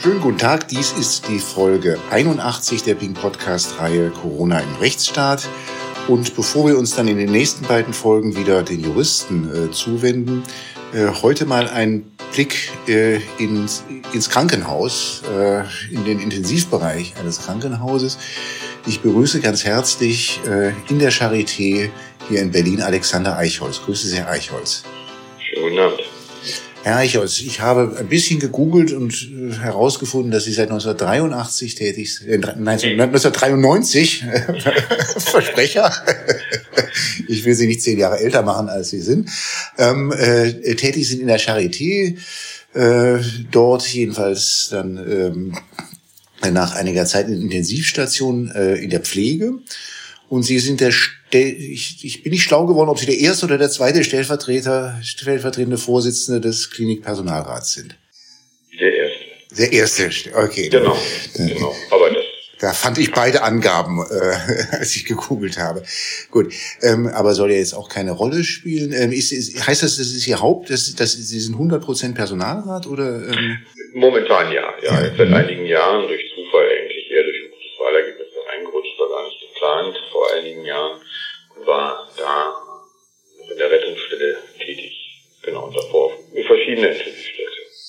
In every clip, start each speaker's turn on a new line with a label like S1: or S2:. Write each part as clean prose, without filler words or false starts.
S1: Schönen guten Tag, dies ist die Folge 81 der Ping-Podcast-Reihe Corona im Rechtsstaat. Und bevor wir uns dann in den nächsten beiden Folgen wieder den Juristen zuwenden, heute mal ein Blick ins Krankenhaus, in den Intensivbereich eines Krankenhauses. Ich begrüße ganz herzlich in der Charité hier in Berlin Alexander Eichholz. Grüße Sie, Herr Eichholz.
S2: Schönen guten Abend.
S1: Herr Eichholz, ich habe ein bisschen gegoogelt und herausgefunden, dass Sie seit 1993 tätig sind. 1993, Versprecher. Ich will Sie nicht 10 Jahre älter machen, als Sie sind. Tätig sind in der Charité, dort jedenfalls dann nach einiger Zeit in Intensivstation in der Pflege. Und Sie sind ich bin nicht schlau geworden, ob Sie der erste oder der zweite stellvertretende Vorsitzende des Klinikpersonalrats sind.
S2: Der erste,
S1: okay.
S2: Genau. Aber
S1: da fand ich beide Angaben, als ich gegoogelt habe. Gut, aber soll ja jetzt auch keine Rolle spielen. Heißt das ist Ihr Sie sind 100% Personalrat oder?
S2: Momentan ja. Jetzt seit einigen Jahren durch Zufall eigentlich eher durch ein gutes Wahlergebnis reingerutscht, war gar nicht geplant. Vor einigen Jahren war da in der Rettungsstelle tätig. Genau, und davor in verschiedenen Intensivstationen.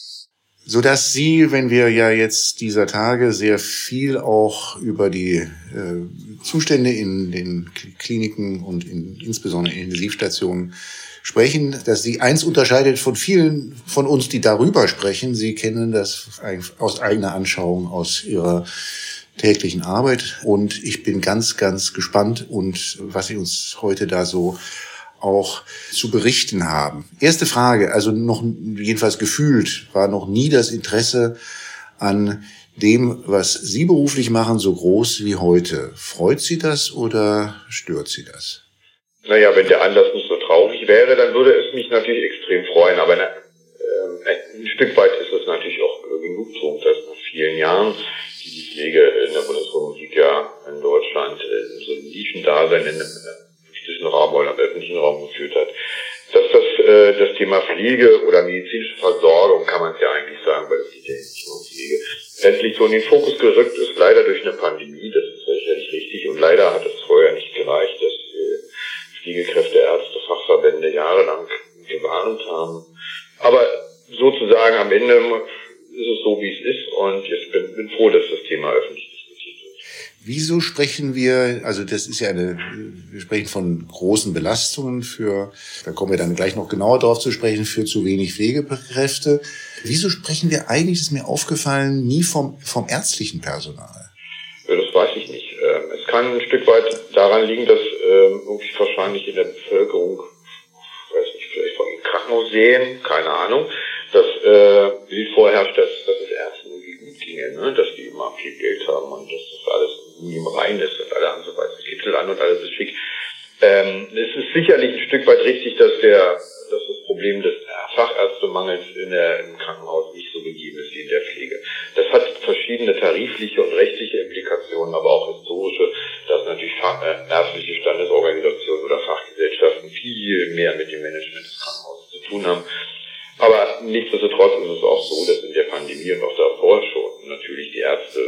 S1: Sodass Sie, wenn wir ja jetzt dieser Tage sehr viel auch über die Zustände in den Kliniken und insbesondere in Intensivstationen sprechen, dass Sie eins unterscheidet von vielen von uns, die darüber sprechen. Sie kennen das aus eigener Anschauung, aus Ihrer täglichen Arbeit. Und ich bin ganz, ganz gespannt und was Sie uns heute da so auch zu berichten haben. Erste Frage, also noch jedenfalls gefühlt war noch nie das Interesse an dem, was Sie beruflich machen, so groß wie heute. Freut Sie das oder stört Sie das?
S2: Naja, wenn der Anlass nicht so traurig wäre, dann würde es mich natürlich extrem freuen. Aber ein Stück weit ist es natürlich auch Genugtuung, dass nach vielen Jahren die Pflege in der Bundesrepublik ja in Deutschland so ein Nischendasein in dem politischen Raum oder im öffentlichen Raum geführt hat. Dass das Thema Pflege oder medizinische Versorgung, kann man es ja eigentlich sagen, weil es geht ja nicht nur um Pflege, letztlich so in den Fokus gerückt ist, leider durch eine Pandemie, das ist sicherlich richtig. Und leider hat es vorher nicht gereicht, dass Pflegekräfte, Ärzte, Fachverbände jahrelang gewarnt haben. Aber sozusagen am Ende ist es so, wie es ist, und ich bin froh, dass das Thema öffentlich diskutiert wird.
S1: Wieso sprechen wir, also das ist ja wir sprechen von großen Belastungen da kommen wir dann gleich noch genauer drauf zu sprechen, für zu wenig Pflegekräfte. Wieso sprechen wir eigentlich, ist mir aufgefallen, nie vom ärztlichen Personal?
S2: Ja, das weiß ich nicht. Es kann ein Stück weit daran liegen, dass irgendwie wahrscheinlich in der Bevölkerung, weiß nicht, vielleicht von Krankenhausseen, keine Ahnung, das Bild vorherrscht, dass es Ärzten irgendwie gut ginge, ne? Dass die immer viel Geld haben und dass das alles im Rein ist und alle haben so weiße Kittel an und alles ist schick. Es ist sicherlich ein Stück weit richtig, dass das Problem des Fachärztemangels im Krankenhaus nicht so gegeben ist wie in der Pflege. Das hat verschiedene tarifliche und rechtliche Implikationen, aber auch historische, dass natürlich ärztliche Standesorganisationen oder Fachgesellschaften viel mehr mit dem Management des Krankenhauses zu tun haben. Aber nichtsdestotrotz ist es auch so, dass in der Pandemie und auch davor schon natürlich die Ärzte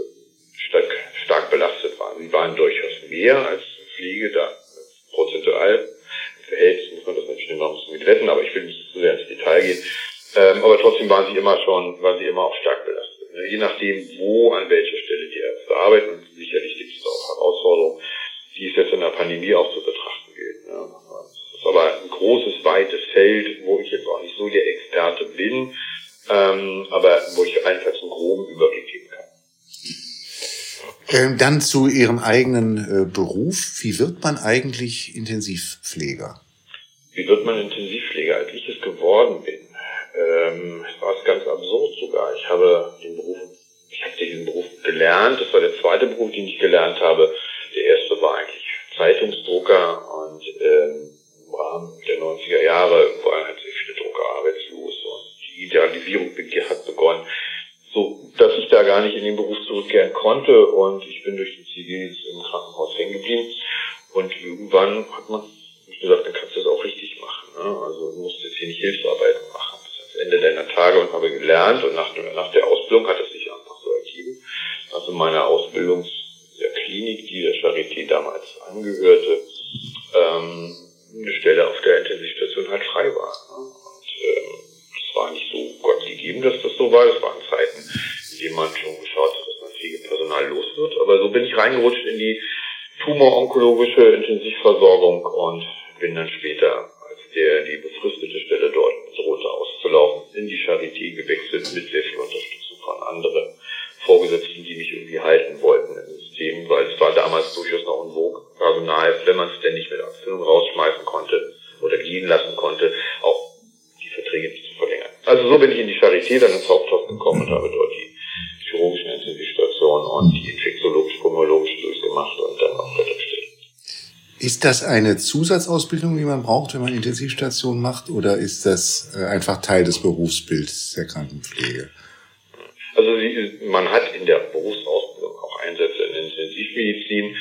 S2: stark belastet waren. Sie waren durchaus mehr als Pflege, da prozentual im Verhältnis muss man das natürlich noch ein bisschen mit retten, aber ich will nicht zu sehr ins Detail gehen. Aber trotzdem waren sie immer auch stark belastet. Je nachdem, an welcher Stelle die Ärzte arbeiten, und sicherlich gibt es auch Herausforderungen, die es jetzt in der Pandemie auch zu betrachten gilt. Ja. Das ist aber ein großes, weites Feld, wo ich jetzt auch nicht so der Experte bin, aber wo ich einfach einen groben Überblick geben kann.
S1: Dann zu Ihrem eigenen Beruf. Wie wird man eigentlich Intensivpfleger?
S2: Wie wird man Intensivpfleger? Als ich es geworden bin, war es ganz absurd sogar. Ich habe diesen Beruf gelernt. Das war der zweite Beruf, den ich gelernt habe. Der erste war eigentlich Zeitungsdrucker, und im Rahmen der 90er Jahre waren halt sehr viele Drucker arbeitslos und die Idealisierung hat begonnen, so dass ich da gar nicht in den Beruf zurückkehren konnte, und ich bin durch den Zivildienst im Krankenhaus hängen geblieben, und irgendwann hat man gesagt, dann kannst du das auch richtig machen, ne? Also du musst jetzt hier nicht Hilfsarbeiten machen bis ans Ende deiner Tage, und habe gelernt, und nach der Ausbildung hat es sich meiner Ausbildung der Klinik, die der Charité damals angehörte, eine Stelle auf der Intensivstation halt frei war. Und es war nicht so Gott gegeben, dass das so war. Das waren Zeiten, in denen man schon geschaut hat, dass man Pflegepersonal los wird. Aber so bin ich reingerutscht in die tumoronkologische Intensivversorgung und bin dann später, als die befristete Stelle dort drohte auszulaufen, in die Charité gewechselt mit sehr viel Unterstützung von anderen Vorgesetzten, die mich irgendwie halten wollten im System, weil es war damals durchaus noch en vogue, Personal, wenn man es denn nicht mit Abfindung rausschmeißen konnte oder gehen lassen konnte, auch die Verträge nicht zu verlängern. Also so bin ich in die Charité dann ins Haupthaus gekommen und habe dort die chirurgischen Intensivstationen und die infektiologisch-pulmonologisch durchgemacht und dann auch weitergestellt.
S1: Ist das eine Zusatzausbildung, die man braucht, wenn man Intensivstation macht, oder ist das einfach Teil des Berufsbilds der Krankenpflege?
S2: Also man hat in der Berufsausbildung auch Einsätze in Intensivmedizin.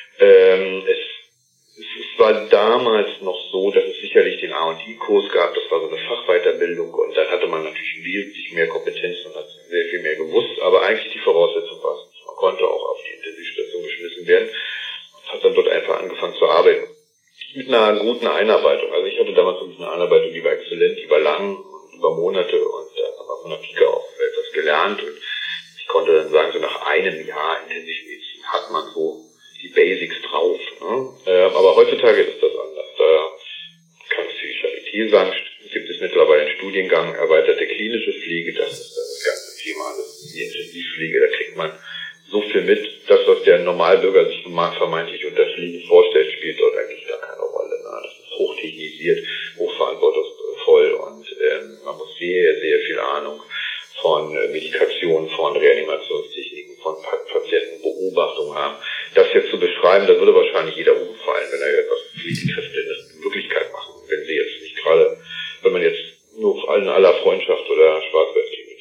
S2: Es war damals noch so, dass es sicherlich den A&I-Kurs gab, das war so eine Fachweiterbildung und dann hatte man natürlich wesentlich mehr Kompetenzen und hat sehr viel mehr gewusst, aber eigentlich die Voraussetzung war es nicht. Man konnte auch auf die Intensivstation geschmissen werden und hat dann dort einfach angefangen zu arbeiten. Mit einer guten Einarbeitung. Also ich hatte damals eine Einarbeitung, die war exzellent, die war lang, über Monate und dann haben wir von der Pike auf etwas gelernt und ich konnte dann sagen, so nach einem Jahr Intensivmedizin hat man so die Basics drauf. Ne? Aber heutzutage ist das anders. Da kann es die Charité sagen, gibt es mittlerweile einen Studiengang erweiterte klinische Pflege, das ist das ganze Thema, das ist die Intensivpflege, da kriegt man so viel mit, das, was der Normalbürger sich vermeintlich unter Pflege vorstellt, spielt dort eigentlich gar keine Rolle. Ne? Das ist hochtechnisiert, hochverantwortungsvoll und man muss sehr, sehr viel Ahnung von Medikation, von Reanimationstechniken, von Patientenbeobachtung haben. Das jetzt zu beschreiben, da würde wahrscheinlich jeder umfallen, wenn er etwas Pflegekräfte in Wirklichkeit machen, wenn sie jetzt nicht gerade, wenn man jetzt nur in aller Freundschaft oder Schwarzwaldklinik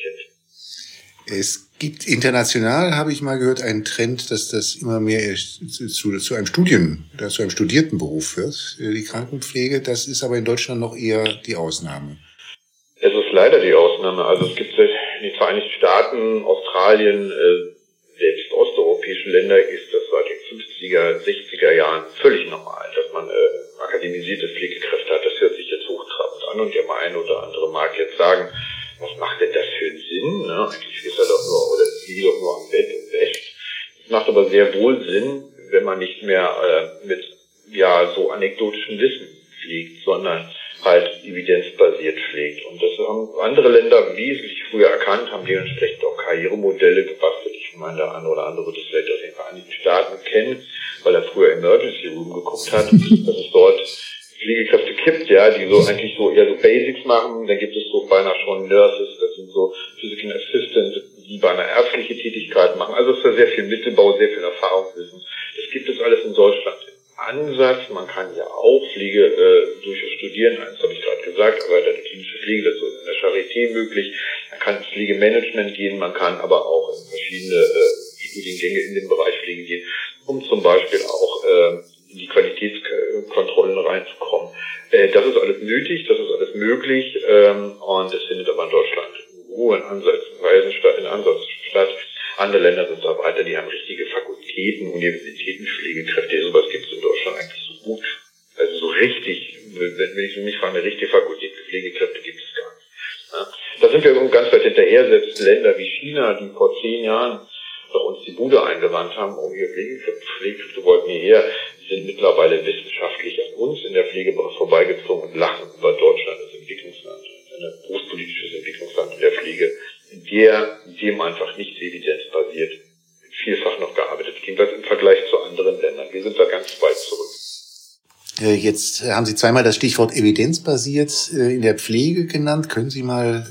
S2: kennt.
S1: Es gibt international, habe ich mal gehört, einen Trend, dass das immer mehr zu einem studierten Beruf wird, die Krankenpflege. Das ist aber in Deutschland noch eher die Ausnahme.
S2: Es ist leider die Ausnahme. Also es gibt in den Vereinigten Staaten, Australien, selbst osteuropäische Länder ist das seit den 50er, 60er Jahren völlig normal, dass man akademisierte Pflegekräfte hat. Das hört sich jetzt hochtrabend an und der eine oder andere mag jetzt sagen, was macht denn das für einen Sinn? Ne? Eigentlich ist er doch nur, oder liegt doch nur am Bett und wäscht. Es macht aber sehr wohl Sinn, wenn man nicht mehr mit so anekdotischem Wissen pflegt, sondern halt evidenzbasiert pflegt. Und das haben andere Länder wesentlich früher erkannt, haben dementsprechend auch Karrieremodelle gebastelt. Ich meine, der eine oder andere wird es vielleicht aus den Vereinigten Staaten kennen, weil er früher Emergency Room geguckt hat, dass es dort Pflegekräfte gibt, die so eigentlich so eher so Basics machen. Dann gibt es so beinahe schon Nurses, das sind so Physical Assistants, die beinahe ärztliche Tätigkeiten machen. Also es ist da sehr viel Mittelbau, sehr viel Erfahrungswissen. Das gibt es alles in Deutschland. Ansatz, man kann ja auch Pflege durchaus studieren, das habe ich gerade gesagt, aber der klinische Pflege, das ist in der Charité möglich, man kann ins Pflegemanagement gehen, man kann aber auch in verschiedene Studiengänge in den Bereich Pflege gehen, um zum Beispiel auch in die Qualitätskontrollen reinzukommen. Das ist alles nötig, das ist alles möglich und es findet aber in Deutschland nur in Ansatzweisen statt. Andere Länder sind da weiter, die haben richtige Fakultäten, Universitäten, Pflegekräfte. Sowas gibt es in Deutschland eigentlich so gut. Also so richtig, wenn ich mich frage, eine richtige Fakultät für Pflegekräfte gibt es gar nicht. Ja. Da sind wir ganz weit hinterher, selbst Länder wie China, die vor 10 Jahren doch uns die Bude eingewandt haben, hier Pflegekräfte wollten hierher, sind mittlerweile wissenschaftlich an uns in der Pflege vorbeigezogen und lachen über Deutschland als Entwicklungsland, ein großpolitisches Entwicklungsland in der Pflege, in dem einfach nicht evidenzbasiert vielfach noch gearbeitet, jedenfalls im Vergleich zu anderen Ländern. Wir sind da ganz weit zurück.
S1: Jetzt haben Sie zweimal das Stichwort evidenzbasiert in der Pflege genannt. Können Sie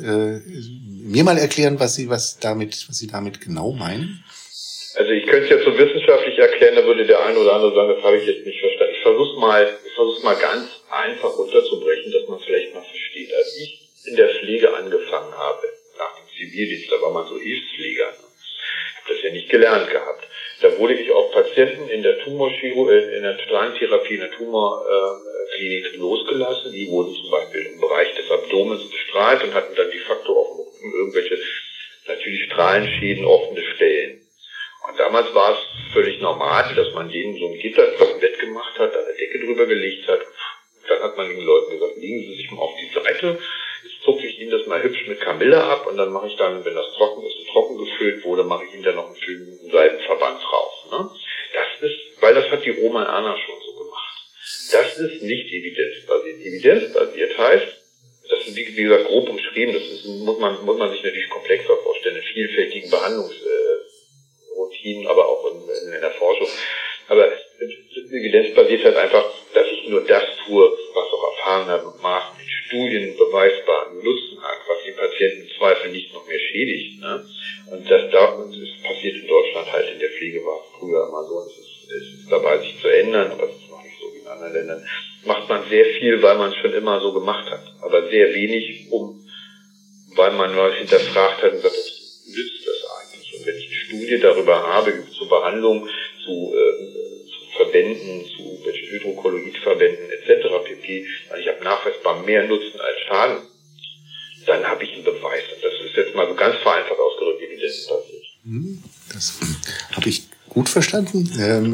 S1: mir mal erklären, was Sie damit genau meinen?
S2: Also ich könnte es jetzt so wissenschaftlich erklären, da würde der eine oder andere sagen, das habe ich jetzt nicht verstanden. Ich versuche mal ganz einfach runterzubrechen, dass man es vielleicht mal versteht. Als ich in der Pflege angefangen habe, nach dem Zivildienst, da war man so Hilfspfleger, habe das ja nicht gelernt gehabt. Da wurde ich auf Patienten in der Tumorchirurgie, in der Strahlentherapie, in der Tumorklinik losgelassen. Die wurden zum Beispiel im Bereich des Abdomens bestrahlt und hatten dann de facto auf dem Rücken irgendwelche natürlich Strahlenschäden, offene Stellen. Und da damals war es völlig normal, dass man denen so ein Gitter im Bett gemacht hat, da eine Decke drüber gelegt hat. Dann hat man den Leuten gesagt, legen Sie sich mal auf die Seite, jetzt zupfe ich Ihnen das mal hübsch mit Kamille ab und dann mache ich dann, wenn das trocken ist und trocken gefüllt wurde, mache ich Ihnen dann noch einen schönen Seidenverband drauf. Ne? Das ist, weil das hat die Oma und Erna schon so gemacht. Das ist nicht evidenzbasiert. Evidenzbasiert heißt, das ist wie gesagt grob umschrieben, das ist, muss man sich natürlich komplexer vorstellen, in vielfältigen Behandlungsroutinen, aber auch in der Forschung. Aber evidenzbasiert halt einfach, dass ich nur das tue, was auch erfahrenermaßen in Studien beweisbaren Nutzen hat, was die Patienten im Zweifel nicht noch mehr schädigt. Ne? Und das passiert in Deutschland halt in der Pflege, war es früher immer so, es ist dabei sich zu ändern, aber es ist noch nicht so wie in anderen Ländern. Macht man sehr viel, weil man es schon immer so gemacht hat, aber sehr wenig, weil man mal hinterfragt hat und sagt, was nützt das eigentlich? Und wenn ich eine Studie darüber habe, zur Behandlung, zu Verbänden, zu Hydrokolloidverbänden etc. pp. Ich habe nachweisbar mehr Nutzen als Schaden, dann habe ich einen Beweis. Und das ist jetzt mal so ganz vereinfacht ausgedrückt, evidenzbasiert.
S1: Das habe ich gut verstanden.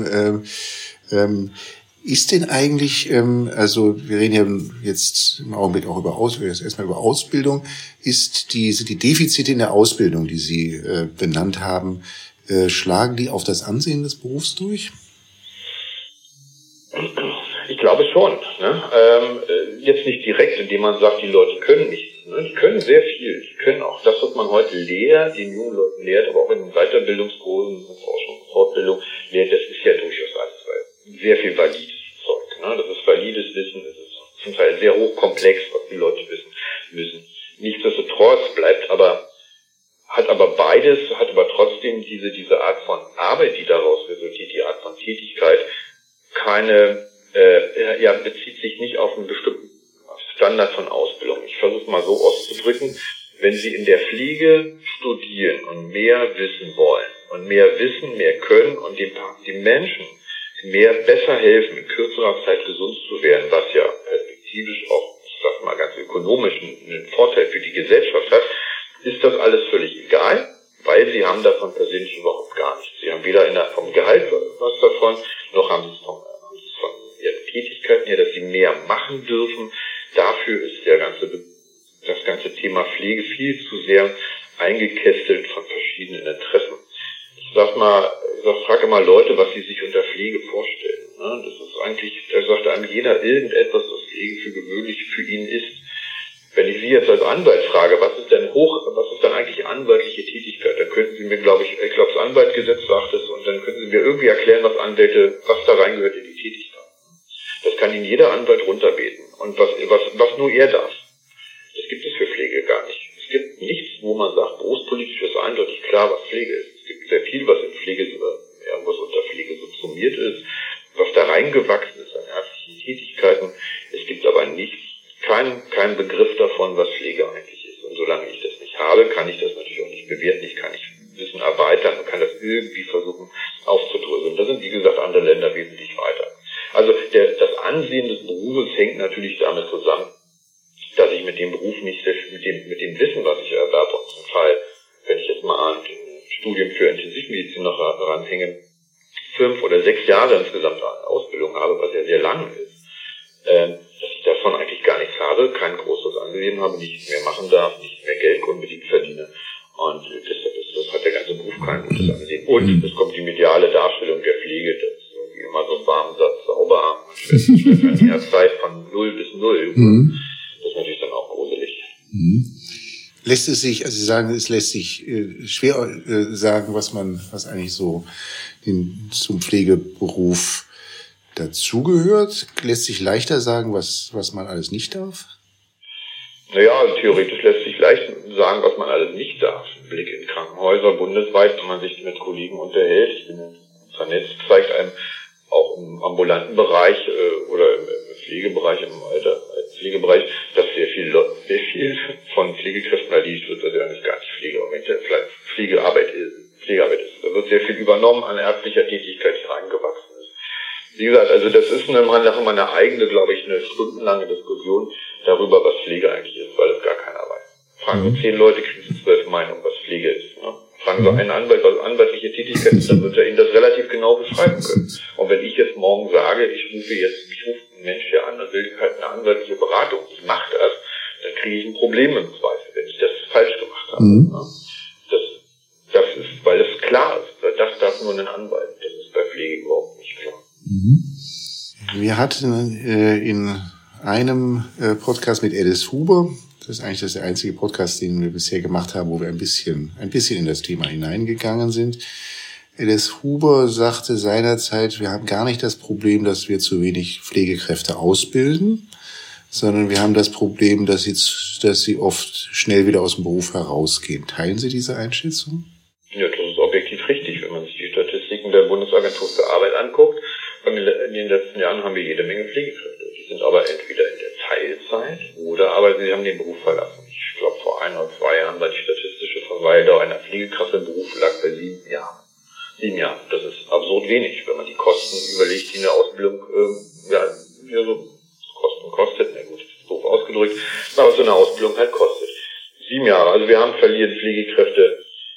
S1: Ist denn eigentlich, also wir reden ja jetzt im Augenblick auch erstmal über Ausbildung, sind die Defizite in der Ausbildung, die Sie benannt haben, schlagen die auf das Ansehen des Berufs durch?
S2: Ich glaube schon. Ne? Jetzt nicht direkt, indem man sagt, die Leute können nichts. Ne? Die können sehr viel. Die können auch das, was man heute lehrt, den jungen Leuten lehrt, aber auch in den Weiterbildungskursen, in Forschung, Fortbildung lehrt, das ist ja durchaus alles sehr viel valides Zeug. Ne? Das ist valides Wissen, das ist zum Teil sehr hochkomplex, was die Leute wissen müssen. Nichtsdestotrotz hat aber trotzdem diese Art von Arbeit, die daraus resultiert, die Art von Tätigkeit, bezieht sich nicht auf einen bestimmten Standard von Ausbildung. Ich versuche es mal so auszudrücken, wenn Sie in der Pflege studieren und mehr wissen wollen und mehr wissen, mehr können und dem Menschen besser helfen, in kürzerer Zeit gesund zu werden, was ja perspektivisch auch, ich sag mal ganz ökonomisch einen Vorteil für die Gesellschaft hat, ist das alles völlig egal, weil Sie haben davon persönlich überhaupt gar nichts. Sie haben weder vom Gehalt was davon, noch haben Sie es von Ihren Tätigkeiten her, dass Sie mehr machen dürfen. Dafür ist das ganze Thema Pflege viel zu sehr eingekästelt von verschiedenen Interessen. Ich frage immer Leute, was sie sich unter Pflege vorstellen. Ne? Das ist eigentlich, da sagt einem jeder irgendetwas, was Pflege für gewöhnlich für ihn ist. Wenn ich Sie jetzt als Anwalt frage, was ist denn eigentlich anwaltliche Tätigkeit, dann könnten Sie mir, glaube ich, das Anwaltgesetz sagt es, und dann könnten Sie mir irgendwie erklären, was da reingehört in die Tätigkeit. Das kann Ihnen jeder Anwalt runterbeten. Und was nur er darf. Das gibt es für Pflege gar nicht. Es gibt nichts, wo man sagt, berufspolitisch ist eindeutig klar, was Pflege ist. Es gibt sehr viel, was in Pflege, was unter Pflege subsumiert ist, was da reingewachsen ist an ärztlichen Tätigkeiten. Es gibt aber keinen Begriff davon, was Pflege eigentlich ist. Und solange ich das nicht habe, kann ich das natürlich auch nicht bewerten. Ich kann nicht Wissen erweitern und kann das irgendwie versuchen aufzudröseln. Da sind, wie gesagt, andere Länder wesentlich weiter. Also das Ansehen des Berufes hängt natürlich damit zusammen, dass ich mit dem Beruf nicht, mit dem Wissen, was ich erwerbe, und zum Teil, wenn ich jetzt mal an Studien für Intensivmedizin noch ranhänge, 5 oder 6 Jahre insgesamt an Ausbildung habe, was ja sehr lang ist, dass ich davon eigentlich gar nichts habe, kein großes Ansehen habe, nichts mehr machen darf, nicht mehr Geld unbedingt verdiene. Und das hat der ganze Beruf kein gutes Ansehen. Und es kommt die mediale Darstellung der Pflege, das ist irgendwie immer so ein warmer Satz, sauber, eine Zeit von 0 bis 0. Das ist natürlich dann auch gruselig.
S1: Lässt es sich, also Sie sagen, es lässt sich schwer sagen, was eigentlich so zum Pflegeberuf dazugehört? Lässt sich leichter sagen, was man alles nicht darf?
S2: Naja, theoretisch lässt sich leicht sagen, was man alles nicht darf. Ein Blick in Krankenhäuser bundesweit, wenn man sich mit Kollegen unterhält, ich bin vernetzt, zeigt einem auch im ambulanten Bereich oder im Pflegebereich, im Pflegebereich, dass sehr viel von Pflegekräften erledigt wird, was ja eigentlich gar nicht Pflegearbeit ist. Da wird sehr viel übernommen an ärztlicher Tätigkeit, die reingewachsen ist. Wie gesagt, also das ist eine eigene, glaube ich, eine stundenlange Diskussion darüber, was Pflege eigentlich ist, weil es gar keiner weiß. Fragen Sie 10 Leute, kriegen Sie 12 Meinungen, was Pflege ist. Ne? Fragen fragen Sie einen Anwalt, was anwaltliche Tätigkeit ist, dann wird er Ihnen das relativ genau beschreiben können. Und wenn ich jetzt morgen sage, ich rufe einen Mensch hier an und will halt eine anwaltliche Beratung, ich mache das, dann kriege ich ein Problem im Zweifel, wenn ich das falsch gemacht habe. Mhm. Das ist, weil es klar ist, weil das darf nur ein Anwalt. Das ist bei Pflege überhaupt nicht klar.
S1: Mhm. Wir hatten in einem Podcast mit Alice Huber, das ist eigentlich der einzige Podcast, den wir bisher gemacht haben, wo wir ein bisschen in das Thema hineingegangen sind. Alice Huber sagte seinerzeit, wir haben gar nicht das Problem, dass wir zu wenig Pflegekräfte ausbilden, sondern wir haben das Problem, dass sie oft schnell wieder aus dem Beruf herausgehen. Teilen Sie diese Einschätzung?
S2: Ja, das ist objektiv richtig, wenn man sich die Statistiken der Bundesagentur für Arbeit anguckt. In den letzten Jahren haben wir jede Menge Pflegekräfte. Die sind aber entweder in der Teilzeit aber sie haben den Beruf verlassen. Ich glaube, vor 1 oder 2 Jahren war die statistische Verweildauer einer Pflegekraft im Beruf lag bei 7 Jahren. 7 Jahre, das ist absurd wenig, wenn man die Kosten überlegt, die eine Ausbildung, Kosten kostet, na gut, das ist doof ausgedrückt, aber so eine Ausbildung halt kostet. 7 Jahre, also wir verlieren Pflegekräfte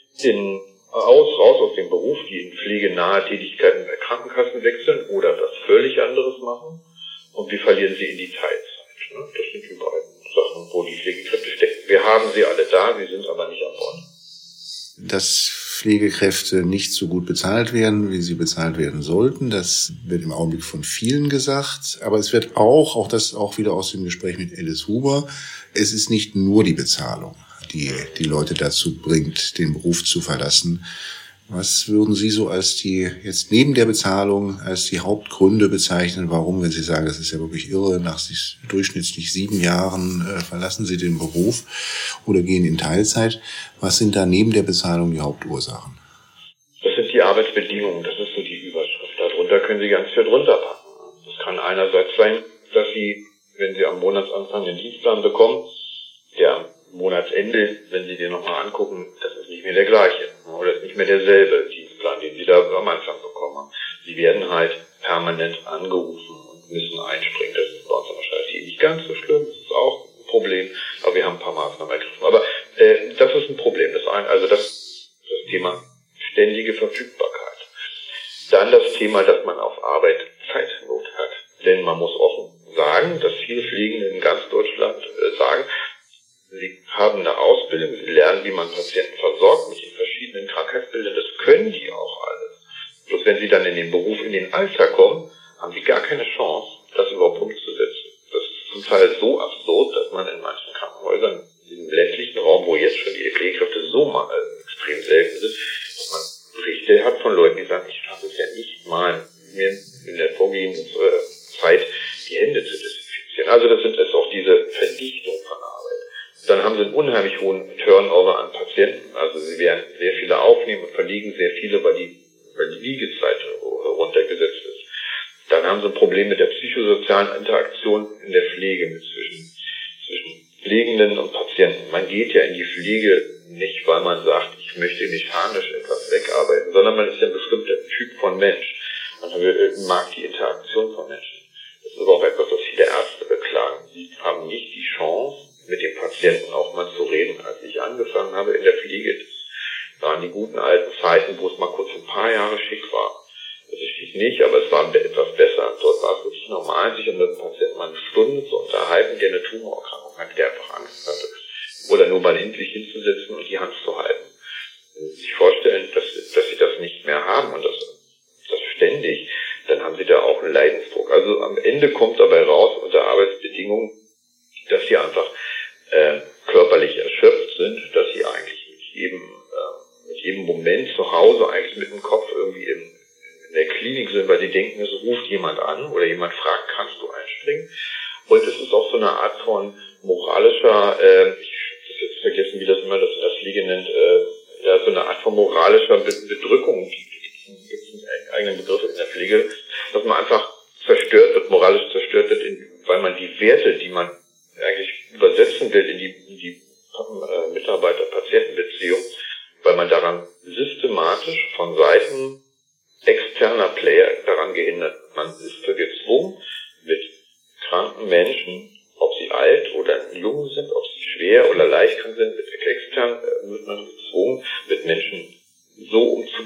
S2: raus aus dem Beruf, die in pflegenahe Tätigkeiten bei Krankenkassen wechseln oder was völlig anderes machen, und wir verlieren sie in die Teilzeit. Das sind die beiden Sachen, wo die Pflegekräfte stecken. Wir haben sie alle da, sie sind aber nicht an Bord.
S1: Dass Pflegekräfte nicht so gut bezahlt werden, wie sie bezahlt werden sollten, das wird im Augenblick von vielen gesagt. Aber es wird auch das wieder aus dem Gespräch mit Alice Huber, es ist nicht nur die Bezahlung, die Leute dazu bringt, den Beruf zu verlassen. Was würden Sie so jetzt neben der Bezahlung als die Hauptgründe bezeichnen, warum, wenn Sie sagen, das ist ja wirklich irre, nach durchschnittlich 7 Jahren verlassen Sie den Beruf oder gehen in Teilzeit? Was sind da neben der Bezahlung die Hauptursachen?
S2: Das sind die Arbeitsbedingungen, das ist so die Überschrift. Darunter können Sie ganz viel drunter packen. Das kann einerseits sein, dass Sie, wenn Sie am Monatsanfang den Dienstplan bekommen, der Monatsende, wenn Sie den nochmal angucken, das ist nicht mehr der gleiche. Oder ist nicht mehr derselbe Dienstplan, den Sie da am Anfang bekommen haben. Sie werden halt permanent angerufen und müssen einspringen. Das ist bei uns wahrscheinlich nicht ganz so schlimm. Das ist auch ein Problem. Aber wir haben ein paar Maßnahmen ergriffen. Aber das ist ein Problem. Das Thema ständige Verfügbarkeit. Dann das Thema, dass man auf Arbeit Zeitnot hat. Denn man muss offen sagen, dass viele Pflegende in ganz Deutschland sagen, sie haben eine Ausbildung, sie lernen, wie man Patienten versorgt mit den verschiedenen Krankheitsbildern, das können die auch alles. Bloß wenn sie dann in den Beruf, in den Alltag kommen, haben sie gar keine Chance, das überhaupt umzusetzen. Das ist zum Teil so absurd, dass man in manchen Krankenhäusern, im ländlichen Raum, wo jetzt schon die Pflegekräfte so extrem selten sind, dass man Berichte hat von Leuten, die sagen, ich schaffe es ja nicht mal, mir in der vorgehenden Zeit die Hände zu desinfizieren. Also das ist auch diese Verdichtung von Arbeit. Dann haben sie einen unheimlich hohen Turnover an Patienten. Also sie werden sehr viele aufnehmen und verlegen sehr viele, weil die Liegezeit runtergesetzt ist. Dann haben sie ein Problem mit der psychosozialen Interaktion in der Pflege zwischen Pflegenden und Patienten. Man geht ja in die Pflege nicht, weil man sagt, ich möchte mechanisch etwas wegarbeiten, sondern man ist ja ein bestimmter Typ von Mensch. Man mag die Interaktion von Menschen. Das ist aber auch etwas, was viele Ärzte beklagen. Sie haben nicht die Chance, mit den Patienten auch mal zu reden. Als ich angefangen habe in der Pflege, das waren die guten alten Zeiten, wo es mal kurz ein paar Jahre schick war. Das ist schick nicht, aber es war etwas besser. Dort war es wirklich normal, sich mit dem Patienten mal eine Stunde zu unterhalten, der eine Tumorerkrankung hat, der einfach Angst hatte. Oder nur mal endlich hinzusetzen und die Hand zu halten. Wenn Sie sich vorstellen, dass Sie das nicht mehr haben und das ständig, dann haben Sie da auch einen Leidensdruck. Also am Ende kommt dabei raus, unter Arbeitsbedingungen, dass Sie einfach körperlich erschöpft sind, dass Sie eigentlich mit jedem Moment zu Hause eigentlich mit dem Kopf irgendwie in der Klinik sind, weil Sie denken, es ruft jemand an oder jemand fragt, kannst du einspringen? Und es ist auch so eine Art von moralischer, ich habe jetzt vergessen, wie das immer das in der Pflege nennt, so eine Art von moralischer Bedrückung. Gibt es einen eigenen Begriff in der Pflege, dass man einfach zerstört wird, moralisch zerstört wird, weil man die Werte, die man eigentlich übersetzen will in die Mitarbeiter-Patienten-Beziehung, weil man daran systematisch von Seiten externer Player daran gehindert. Man ist gezwungen, mit kranken Menschen, ob sie alt oder jung sind, ob sie schwer oder leicht krank sind, mit extern wird man gezwungen, mit Menschen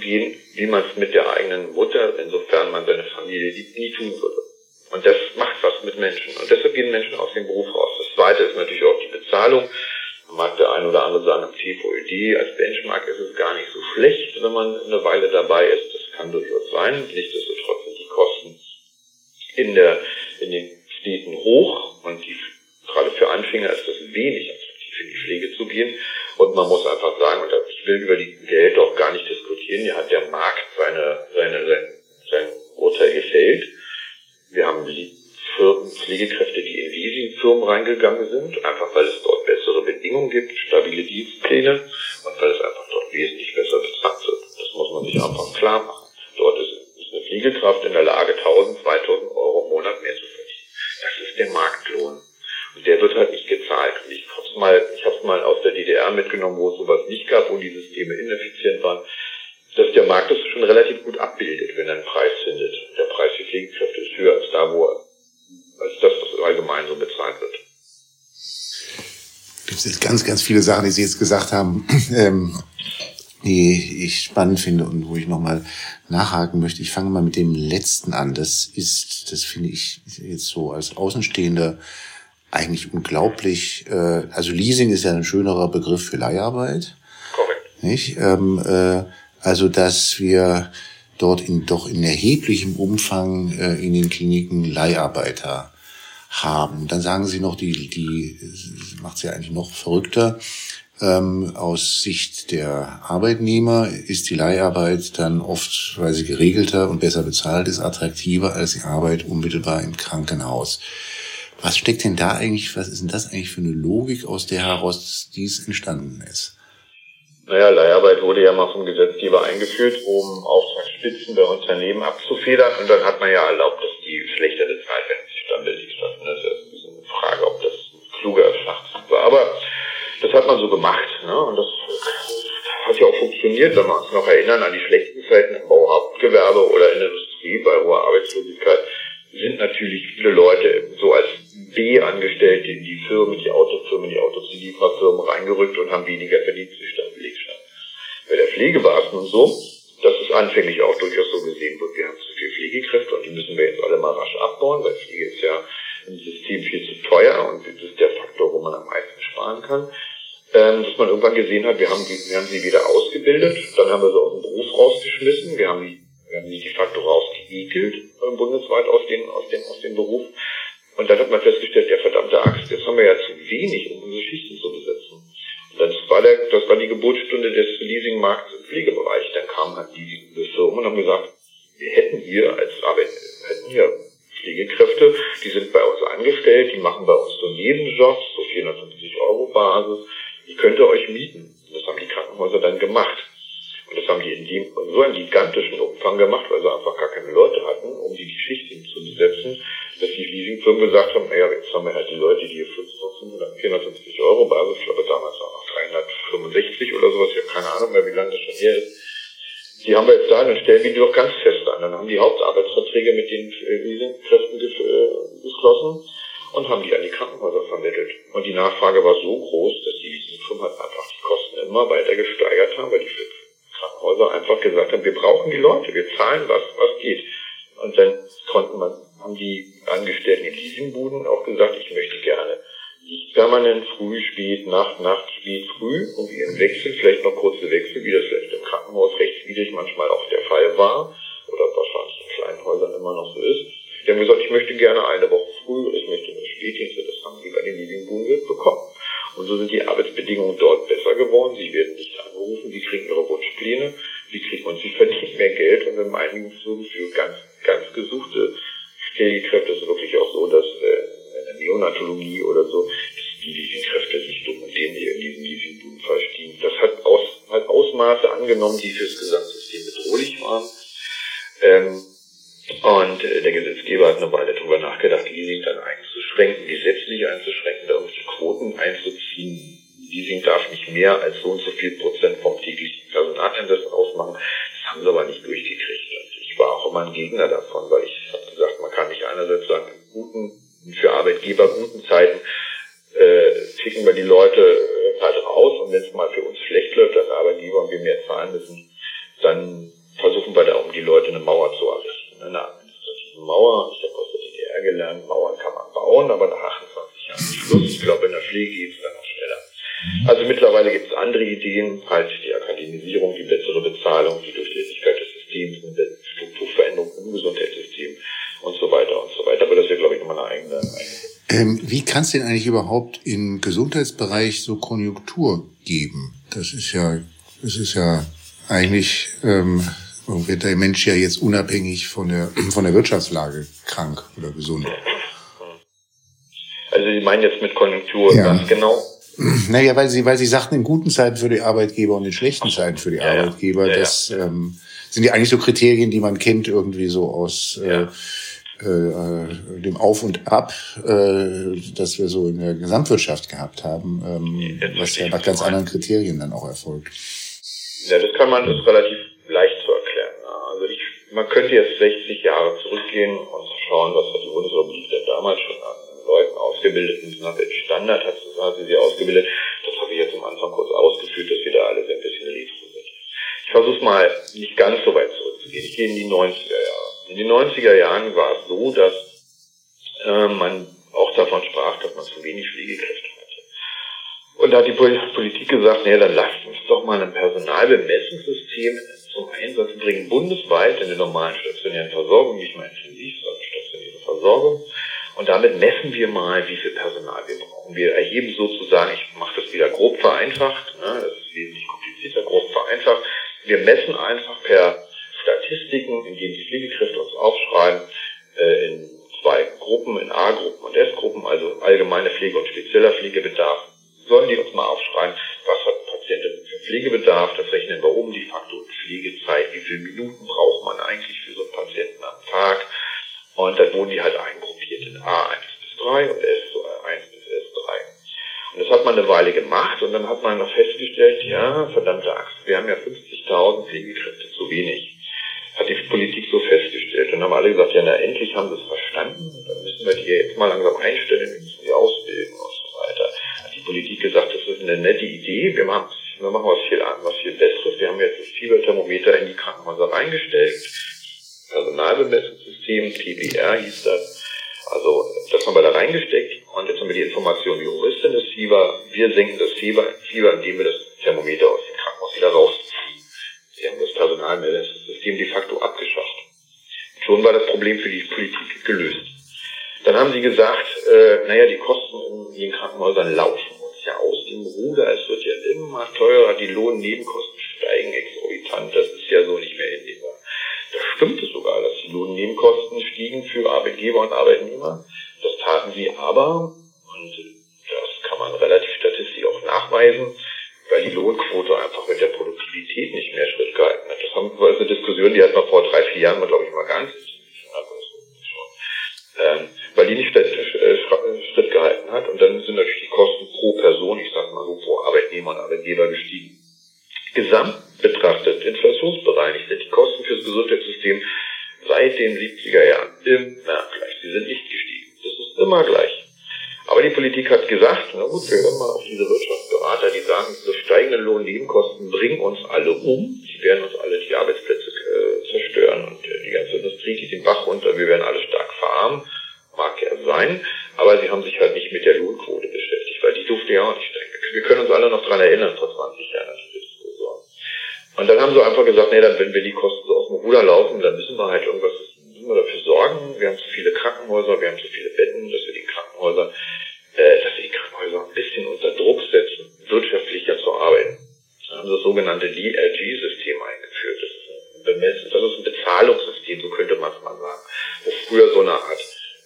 S2: umzugehen, wie man es mit der eigenen Mutter, insofern man seine Familie liebt, nie tun würde. Und das macht was mit Menschen. Und deshalb gehen Menschen aus dem Beruf raus. Das Zweite ist natürlich auch die Bezahlung. Mag der ein oder andere sagen, am TVÖD als Benchmark ist es gar nicht so schlecht, wenn man eine Weile dabei ist. Das kann durchaus sein. Nichtsdestotrotz sind die Kosten in den Städten hoch und gerade für Anfänger ist das wenig attraktiv, in die Pflege zu gehen. Und man muss einfach sagen, und ich will über die Geld auch gar nicht diskutieren, hier hat der Markt sein Urteil gefällt. Wir haben Pflegekräfte, die in Leasingfirmen reingegangen sind, einfach weil es dort bessere Bedingungen gibt, stabile Dienstpläne und weil es einfach dort wesentlich besser bezahlt wird. Das muss man sich einfach klar machen. Dort ist eine Pflegekraft in der Lage, 1.000, 2.000 Euro im Monat mehr zu verdienen. Das ist der Marktlohn. Und der wird halt nicht gezahlt. Und ich hab's mal aus der DDR mitgenommen, wo es sowas nicht gab, wo die Systeme ineffizient waren, dass der Markt das schon relativ gut abbildet, wenn er einen Preis findet. Der Preis für Pflegekräfte ist höher als da, als das, was allgemein so bezahlt wird.
S1: Es gibt ganz, ganz viele Sachen, die Sie jetzt gesagt haben, die ich spannend finde und wo ich nochmal nachhaken möchte. Ich fange mal mit dem letzten an. Das finde ich jetzt so als Außenstehender eigentlich unglaublich. Also Leasing ist ja ein schönerer Begriff für Leiharbeit.
S2: Korrekt.
S1: Nicht? Also dass wir dort doch in erheblichem Umfang in den Kliniken Leiharbeiter haben. Dann sagen Sie noch, die macht es ja eigentlich noch verrückter. Aus Sicht der Arbeitnehmer ist die Leiharbeit dann oft, weil sie geregelter und besser bezahlt ist, attraktiver als die Arbeit unmittelbar im Krankenhaus. Was steckt denn da eigentlich, was ist denn das eigentlich für eine Logik, aus der heraus dies entstanden ist?
S2: Naja, Leiharbeit wurde ja mal vom Gesetzgeber eingeführt, um Auftragsspitzen bei Unternehmen abzufedern. Und dann hat man ja erlaubt, dass die schlechter bezahlt werden, als die Stambelegschaft. Das ist ja ein bisschen eine Frage, ob das ein kluger Schachzug war. Aber das hat man so gemacht, ne? Und das hat ja auch funktioniert, wenn wir uns noch erinnern an die schlechten Zeiten im Bauhauptgewerbe oder in der Industrie bei hoher Arbeitslosigkeit. Sind natürlich viele Leute so als B-Angestellte in die Firmen, die Autofirmen, die Autozuliefererfirmen reingerückt und haben weniger verdient als die Stambelegschaft. Bei der Pflege war es nun so, dass es anfänglich auch durchaus so gesehen wird, wir haben zu viele Pflegekräfte und die müssen wir jetzt alle mal rasch abbauen, weil Pflege ist ja im System viel zu teuer und das ist der Faktor, wo man am meisten sparen kann. Dass man irgendwann gesehen hat, wir haben sie wieder ausgebildet, dann haben wir sie aus dem Beruf rausgeschmissen, wir haben sie de facto rausgeekelt, bundesweit aus dem Beruf. Und dann hat man festgestellt, der verdammte Axt, jetzt haben wir ja zu wenig, um unsere Schichten zu besetzen. Und das war die Geburtsstunde des Leasingmarkts im Pflegebereich. Dann kamen halt diese Firmen und haben gesagt, wir hätten hier Pflegekräfte, die sind bei uns angestellt, die machen bei uns so Nebenjobs, so 450 € Basis, die könnt ihr euch mieten. Und das haben die Krankenhäuser dann gemacht. Und das haben die in so einem gigantischen Umfang gemacht, weil sie einfach gar keine Leute hatten, um die Schichten zu besetzen, dass die Leasingfirmen gesagt haben, naja, jetzt haben wir halt die Leute, die hier 450 € Basis, ich glaube damals auch noch 365 oder sowas, ich habe keine Ahnung mehr, wie lange das schon her ist. Die haben wir jetzt da, dann stellen wir die doch ganz fest an. Dann haben die Hauptarbeitsverträge mit den Leasingkräften geschlossen und haben die an die Krankenhäuser vermittelt. Und die Nachfrage war so groß, dass die Leasingfirmen halt einfach die Kosten immer weiter gesteigert haben, weil die Krankenhäuser einfach gesagt haben, wir brauchen die Leute, wir zahlen was geht. Und dann haben die Angestellten in Leasingbuden auch gesagt, ich möchte gerne nicht permanent früh, spät, Nacht, spät, früh, irgendwie im Wechsel, vielleicht noch kurze Wechsel, wie das vielleicht im Krankenhaus rechtswidrig manchmal auch der Fall war, oder wahrscheinlich in kleinen Häusern immer noch so ist. Die haben gesagt, ich möchte gerne eine Woche früh, ich möchte eine Spätdienste, das haben sie bei den Leasingbuden bekommen. Und so sind die Arbeitsbedingungen dort besser geworden, sie werden nicht angerufen, sie kriegen ihre Wunschpläne, und sie verdienen mehr Geld und in einigen Firmen für ganz, ganz gesuchte Pflegekräfte ist es wirklich auch so, dass in der Neonatologie oder so, dass die Leasingkräfte sich dumm und dämlich in diesen Leasingbuden verstehen. Das hat Ausmaße angenommen, die fürs Gesamtsystem bedrohlich waren. Und der Gesetzgeber hat eine Weile darüber nachgedacht, Leasing dann einzuschränken, gesetzlich einzuschränken, da irgendwelche Quoten einzuziehen. Leasing darf nicht mehr als so und so viel % vom täglichen Personaleinsatz ausmachen. Das haben sie aber nicht durchgekriegt. Und ich war auch immer ein Gegner davon, weil ich habe gesagt, man kann nicht einerseits sagen, für Arbeitgeber guten Zeiten schicken wir die Leute halt raus und wenn es mal für uns schlecht läuft als Arbeitgeber und wir mehr zahlen müssen, dann versuchen wir da um die Leute eine Mauer zu errichten. Eine administrative Mauer. Ich habe aus der DDR gelernt, Mauern kann man bauen, aber nach 28 Jahren Schluss. Ich glaube, in der Pflege geht es dann noch schneller. Also mittlerweile gibt es andere Ideen, halt die Akademisierung, die bessere Bezahlung, die Durchlässigkeit des Systems, eine Strukturveränderung im Gesundheitssystem und so weiter und so weiter. Aber das wäre, glaube ich, nochmal eine eigene.
S1: Wie kann es denn eigentlich überhaupt im Gesundheitsbereich so Konjunktur geben? Das ist ja eigentlich wird der Mensch ja jetzt unabhängig von der Wirtschaftslage krank oder gesund.
S2: Also Sie meinen jetzt mit Konjunktur ganz genau?
S1: Naja, weil Sie sagten, in guten Zeiten für die Arbeitgeber und in schlechten Zeiten für die Arbeitgeber. Das sind ja eigentlich so Kriterien, die man kennt irgendwie so aus dem Auf und Ab, das wir so in der Gesamtwirtschaft gehabt haben, was ja nach ganz anderen Kriterien dann auch erfolgt.
S2: Ja, das ist relativ leicht zu erklären. Also man könnte jetzt 60 Jahre zurückgehen und schauen, was hat die Bundesrepublik denn damals schon an Leuten ausgebildet und nach welchem Standard hat sie ausgebildet. Das habe ich jetzt am Anfang kurz ausgeführt, dass wir da alle ein bisschen retro sind. Ich versuche mal nicht ganz so weit zurückzugehen. Ich gehe in die 90er Jahre. In den 90er Jahren war es so, dass man auch davon sprach, dass man zu wenig Pflegekräfte hatte. Und da hat die Politik gesagt, naja, dann lasst uns doch mal ein Personalbemessungssystem zum Einsatz bringen, bundesweit in der normalen stationären Versorgung, nicht mal intensiv, sondern stationäre Versorgung. Und damit messen wir mal, wie viel Personal wir brauchen. Wir erheben sozusagen, ich mache das wieder grob vereinfacht, das ist wesentlich komplizierter, grob vereinfacht. Wir messen einfach per Statistiken, indem die Pflegekräfte uns aufschreiben, in zwei Gruppen, in A-Gruppen und S-Gruppen, also allgemeine Pflege und spezieller Pflegebedarf, sollen die uns mal aufschreiben, was hat ein Patient für Pflegebedarf, das rechnen wir um, die Faktor Pflegezeit, wie viele Minuten braucht man eigentlich für so einen Patienten am Tag, und dann wurden die halt eingruppiert in A1 bis 3 und S1 bis S3. Und das hat man eine Weile gemacht und dann hat man noch festgestellt, ja, verdammte Axt, wir haben ja 50.000 Pflegekräfte zu wenig. Hat die Politik so festgestellt. Und dann haben alle gesagt, ja, na, endlich haben sie es verstanden. Dann müssen wir die jetzt mal langsam einstellen, wir müssen die ausbilden und so weiter. Hat die Politik gesagt, das ist eine nette Idee, wir machen was viel Besseres. Wir haben jetzt das Fieberthermometer in die Krankenhäuser reingestellt. Personalbemessungssystem, PBR hieß das. Also, das haben wir da reingesteckt. Und jetzt haben wir die Information, wie hoch ist denn das Fieber? Wir senken das Fieber, indem wir das Thermometer aus dem Krankenhaus wieder rausziehen. Sie haben das Personalbemessungssystem de facto abgeschafft. Schon war das Problem für die Politik gelöst. Dann haben sie gesagt, die Kosten in den Krankenhäusern laufen uns ja aus dem Ruder. Es wird ja immer teurer, die Lohnnebenkosten steigen exorbitant. Das ist ja so nicht mehr hinnehmbar. Da stimmt es sogar, dass die Lohnnebenkosten stiegen für Arbeitgeber und Arbeitnehmer. Das taten sie aber, und das kann man relativ statistisch auch nachweisen, weil die Lohnquote einfach mit der Produktivität nicht mehr Schritt gehalten hat. Das war eine Diskussion, die hat man vor 3-4 Jahren, glaube ich, mal ganz weil die nicht Schritt gehalten hat. Und dann sind natürlich die Kosten pro Person, ich sage mal so, pro Arbeitnehmer und Arbeitgeber gestiegen. Gesamt betrachtet, inflationsbereinigt, sind die Kosten fürs Gesundheitssystem seit den 70er Jahren immer gleich. Sie sind nicht gestiegen. Das ist immer gleich. Aber die Politik hat gesagt, na gut, wir hören mal auf diese Wirtschaftsberater, die sagen, diese steigenden Lohnnebenkosten bringen uns alle um. Die werden uns alle die Arbeitsplätze zerstören und die ganze Industrie geht den Bach runter. Wir werden alle stark verarmen. Mag ja sein. Aber sie haben sich halt nicht mit der Lohnquote beschäftigt, weil die durfte ja auch nicht steigen. Wir können uns alle noch dran erinnern, vor 20 Jahren an diese Diskussion. Und dann haben sie einfach gesagt, dann, wenn wir die Kosten so aus dem Ruder laufen, dann müssen wir halt müssen wir dafür sorgen. Wir haben zu viele Krankenhäuser, wir haben zu viele Betten, dass wir die Krankenhäuser ein bisschen unter Druck setzen, wirtschaftlicher zu arbeiten. Dann haben sie das sogenannte DRG-System eingeführt. Das ist ein Bezahlungssystem, so könnte man es mal sagen, wo früher so eine Art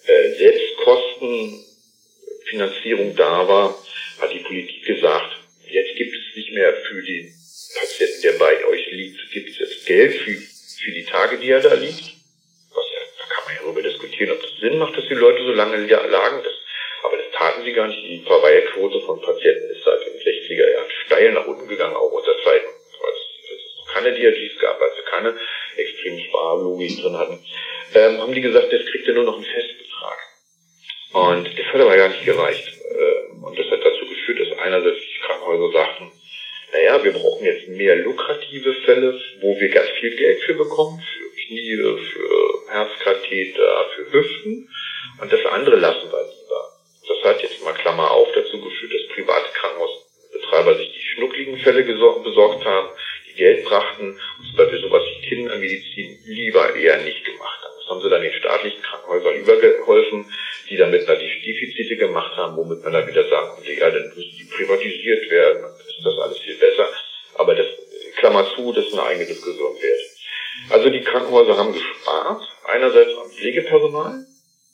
S2: Selbstkostenfinanzierung da war, hat die Politik gesagt, jetzt gibt es nicht mehr für den Patienten, der bei euch liegt, gibt es jetzt Geld für die Tage, die er da liegt. Da kann man ja darüber diskutieren, ob das Sinn macht, dass die Leute so lange lagen. Aber das taten sie gar nicht. Die Verweilquote von Patienten ist seit den 60er Jahren steil nach unten gegangen, auch unter Zeiten, weil es keine DRGs gab, weil sie keine extremen Sparlogik drin hatten. Haben die gesagt, jetzt kriegt ihr nur noch einen Festbetrag. Und das hat aber gar nicht gereicht. Und das hat dazu geführt, dass einerseits die Krankenhäuser sagten, naja, wir brauchen jetzt mehr lukrative Fälle, wo wir ganz viel Geld für bekommen, für Knie, für Herzkatheter, für Hüften, und das andere lassen wir lieber. Das hat jetzt mal Klammer auf dazu geführt, dass private Krankenhausbetreiber sich die schnuckligen Fälle besorgt haben, die Geld brachten und es bei sowas wie Kindermedizin lieber eher nicht gemacht haben. Das haben sie dann den staatlichen Krankenhäusern übergeholfen, die damit dann die Defizite gemacht haben, womit man dann wieder sagt, ja, dann müssen die privatisiert werden, dann ist das alles viel besser. Aber das, Klammer zu, das ist eine eigene Diskussion wert. Also die Krankenhäuser haben gespart, einerseits am Pflegepersonal,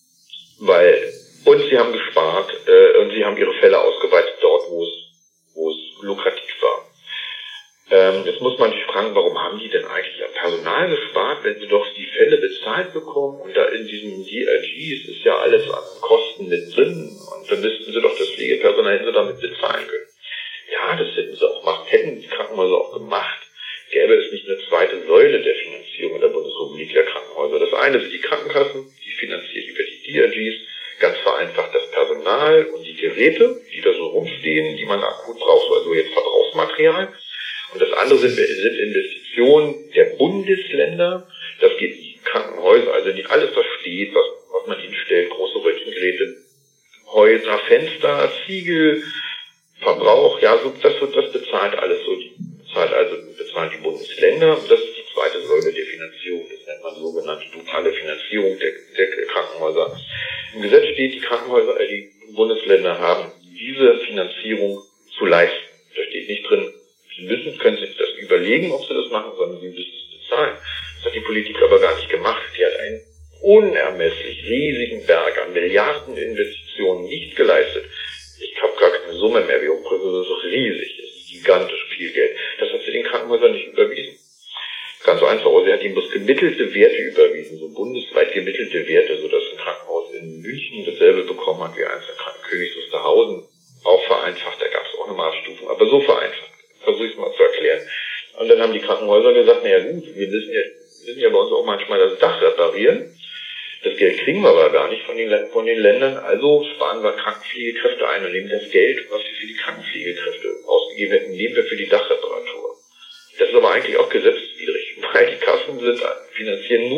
S2: und sie haben gespart und sie haben ihre Fälle ausgeweitet dort, wo es lukrativ war. Jetzt muss man sich fragen, warum haben die denn eigentlich am Personal gespart, wenn sie doch die Fälle bezahlt bekommen, und da in diesen DRGs ist ja alles an Kosten mit drin, und dann müssten sie doch das Pflegepersonal hätten sie damit bezahlen können. Ja, das hätten sie auch gemacht, hätten die Krankenhäuser auch gemacht, gäbe es nicht eine zweite Säule der Finanzierung in der Bundesrepublik der Krankenhäuser. Das eine sind die Krankenkassen, die finanzieren über die DRGs, ganz vereinfacht das Personal und die Geräte, die da so rumstehen, die man akut braucht, also jetzt Verbrauchsmaterial. Und das andere sind Investitionen der Bundesländer. Das geht in die Krankenhäuser, also nicht alles, was steht, was man ihnen stellt, große Röntgengeräte, Häuser, Fenster, Ziegel, Verbrauch, ja, so, das bezahlt alles so, bezahlen die Bundesländer. Und das ist die zweite Säule der Finanzierung, das nennt man sogenannte totale Finanzierung der Krankenhäuser. Im Gesetz steht, die Bundesländer haben diese Finanzierung zu leisten. Da steht nicht drin, sie können sich das überlegen, ob sie das machen, sondern sie müssen es bezahlen. Das hat die Politik aber gar nicht gemacht. Die hat einen unermesslich riesigen Berg an Milliardeninvestitionen nicht geleistet. Ich habe gar keine Summe mehr, wie hoch das ist riesig, das ist gigantisch viel Geld. Das hat sie den Krankenhäusern nicht überwiesen. Ganz einfach, sie hat ihnen bloß gemittelte Werte überwiesen, so bundesweit gemittelte Werte, sodass ein Krankenhaus in München dasselbe bekommen hat wie eins in Königs Wusterhausen. Auch vereinfacht, da gab es auch nochmal Abstufungen, aber so vereinfacht. Versuche ich es mal zu erklären. Und dann haben die Krankenhäuser gesagt, naja gut, wir müssen ja bei uns auch manchmal das Dach reparieren. Das Geld kriegen wir aber gar nicht von den Ländern, also sparen wir Krankenpflegekräfte ein und nehmen das Geld, was wir für die Krankenpflegekräfte ausgegeben hätten, nehmen wir für die Dachreparatur. Das ist aber eigentlich auch gesetzeswidrig, weil die Kassen finanzieren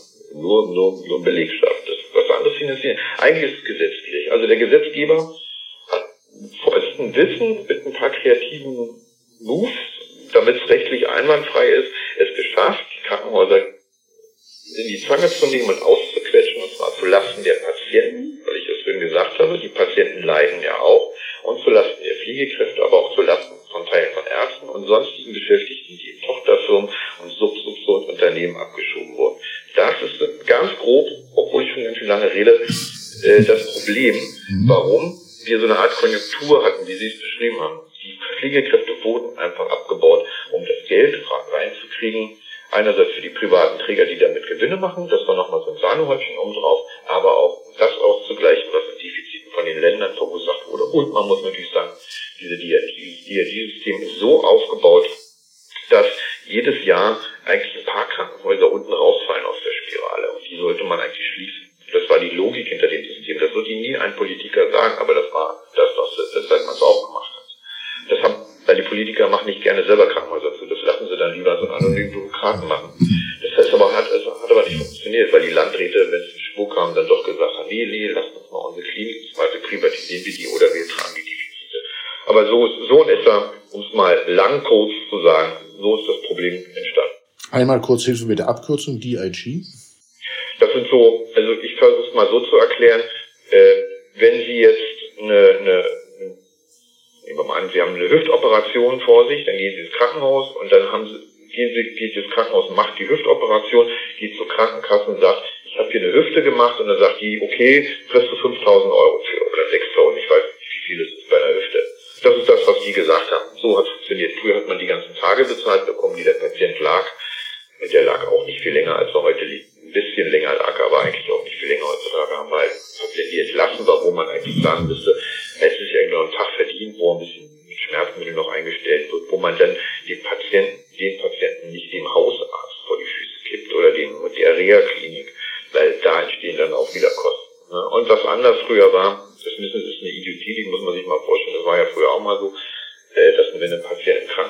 S2: nur Belegschaft. Das was anderes finanzieren. Eigentlich ist es gesetzwidrig. Also der Gesetzgeber hat vollsten Wissen mit ein paar kreativen Moves, damit es rechtlich einwandfrei ist, es geschafft, die Krankenhäuser in die Zange zu nehmen und auszuquetschen, und zwar zulasten der Patienten, weil ich es vorhin gesagt habe, die Patienten leiden ja auch, und zulasten der Pflegekräfte, aber auch zulasten von Teilen von Ärzten und sonstigen Beschäftigten, die in Tochterfirmen und Subunternehmen abgeschoben wurden. Das ist ganz grob, obwohl ich schon ganz schön lange rede, das Problem, warum wir so eine Art Konjunktur hatten, wie Sie es beschrieben haben. Die Pflegekräfte wurden einfach abgebaut, um das Geld reinzukriegen. Einerseits für die privaten Träger, die damit Gewinne machen, das war nochmal so ein Sahnehäubchen oben drauf, aber auch das auszugleichen, was an Defiziten von den Ländern verursacht wurde. Und man muss natürlich sagen, dieses DRG-System ist so aufgebaut, dass jedes Jahr eigentlich ein paar Krankenhäuser unten rausfallen aus der Spirale, und die sollte man eigentlich schließen. Das war die Logik hinter dem System. Das wird Ihnen nie ein Politiker sagen, aber das war das, weshalb man es auch gemacht hat. Weil die Politiker machen nicht gerne selber Krankenhäuser zu. Das lassen sie dann lieber so anonymen Bürokraten machen. Das heißt aber, hat aber nicht funktioniert, weil die Landräte, wenn es in Spuk kam, dann doch gesagt haben, nee, lasst uns mal unsere Kliniken, also privatisieren wir die oder wir tragen die Defizite. Aber so in etwa, um es mal lang kurz zu sagen, so ist das Problem entstanden.
S1: Einmal kurz Hilfe mit der Abkürzung, DIG.
S2: Das sind so, also ich versuche es mal so zu erklären, wenn Sie jetzt nehmen wir mal an, Sie haben eine Hüftoperation vor sich, dann gehen Sie ins Krankenhaus und dann geht das Krankenhaus und macht die Hüftoperation, geht zur Krankenkasse und sagt, ich habe hier eine Hüfte gemacht, und dann sagt die, okay, kriegst du 5.000 € für oder 6.000, ich weiß nicht, wie viel es ist bei einer Hüfte. Das ist das, was die gesagt haben. So hat es funktioniert. Früher hat man die ganzen Tage bezahlt bekommen, die der Patient lag. Der lag auch nicht viel länger, als er heute liegt. Ein bisschen länger lag, aber eigentlich auch nicht viel länger heutzutage haben wir halt Patienten, die entlassen war, wo man eigentlich sagen müsste, es ist ja nur ein Tag verdient, wo ein bisschen mit Schmerzmittel noch eingestellt wird, wo man dann den Patienten nicht dem Hausarzt vor die Füße kippt oder der Reha-Klinik, weil da entstehen dann auch wieder Kosten. Ne? Und was anders früher war, das ist eine Idiotie, die muss man sich mal vorstellen, das war ja früher auch mal so, dass wenn ein Patient im Krankenhaus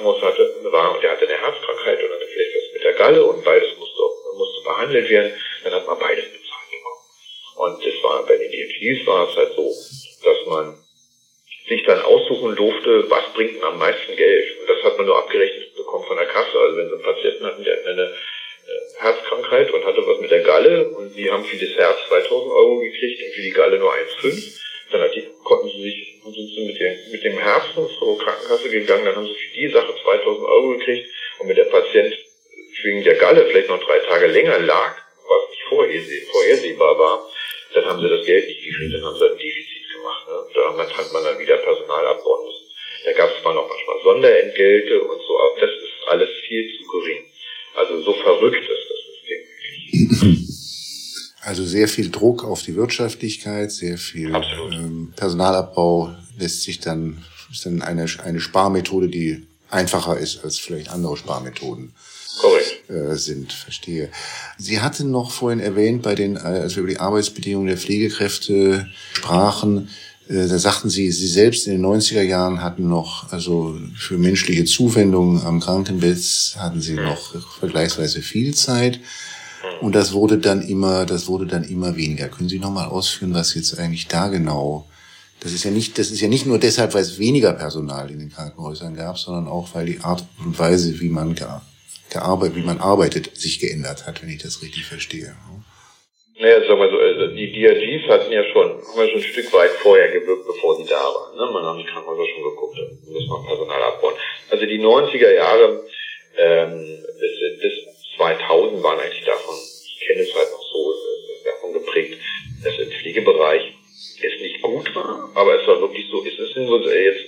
S2: Krankenhaus war und der hatte eine Herzkrankheit und hatte vielleicht was mit der Galle und beides musste behandelt werden, dann hat man beides bezahlt bekommen. Und das war bei den EMTs war es halt so, dass man sich dann aussuchen durfte, was bringt am meisten Geld. Und das hat man nur abgerechnet bekommen von der Kasse. Also wenn sie einen Patienten hatten, der hatte eine Herzkrankheit und hatte was mit der Galle und die haben für das Herz 2.000 € gekriegt und für die Galle nur 1,5. Dann sind sie mit dem Herzen zur Krankenkasse gegangen, dann haben sie für die Sache 2.000 € gekriegt und mit der Patient wegen der Galle vielleicht noch 3 Tage länger lag, was nicht vorhersehbar war, dann haben sie das Geld nicht gekriegt, dann haben sie ein Defizit gemacht. Ne? Damals hat man dann wieder Personal abbauen müssen. Da gab es zwar noch manchmal Sonderentgelte und so, aber das ist alles viel zu gering. Also so verrückt ist das System wirklich.
S1: Also sehr viel Druck auf die Wirtschaftlichkeit, sehr viel Personalabbau ist dann eine Sparmethode, die einfacher ist als vielleicht andere Sparmethoden.
S2: Korrekt.
S1: Sind, verstehe. Sie hatten noch vorhin erwähnt, als wir über die Arbeitsbedingungen der Pflegekräfte sprachen, da sagten Sie selbst in den 90er Jahren hatten noch, also für menschliche Zuwendung am Krankenbett hatten Sie noch vergleichsweise viel Zeit. Und das wurde dann immer weniger. Können Sie nochmal ausführen, was jetzt eigentlich da genau, das ist ja nicht nur deshalb, weil es weniger Personal in den Krankenhäusern gab, sondern auch, weil die Art und Weise, wie man arbeitet, sich geändert hat, wenn ich das richtig verstehe.
S2: Naja, sagen wir so, also die DRGs haben ja schon ein Stück weit vorher gewirkt, bevor sie da waren. Ne? Man hat die Krankenhäuser schon geguckt, da muss man Personal abbauen. Also die 90er Jahre bis 2000 waren eigentlich davon, ich kenne es halt noch so, davon geprägt, dass im Pflegebereich es nicht gut war, aber es war wirklich so, es ist nur jetzt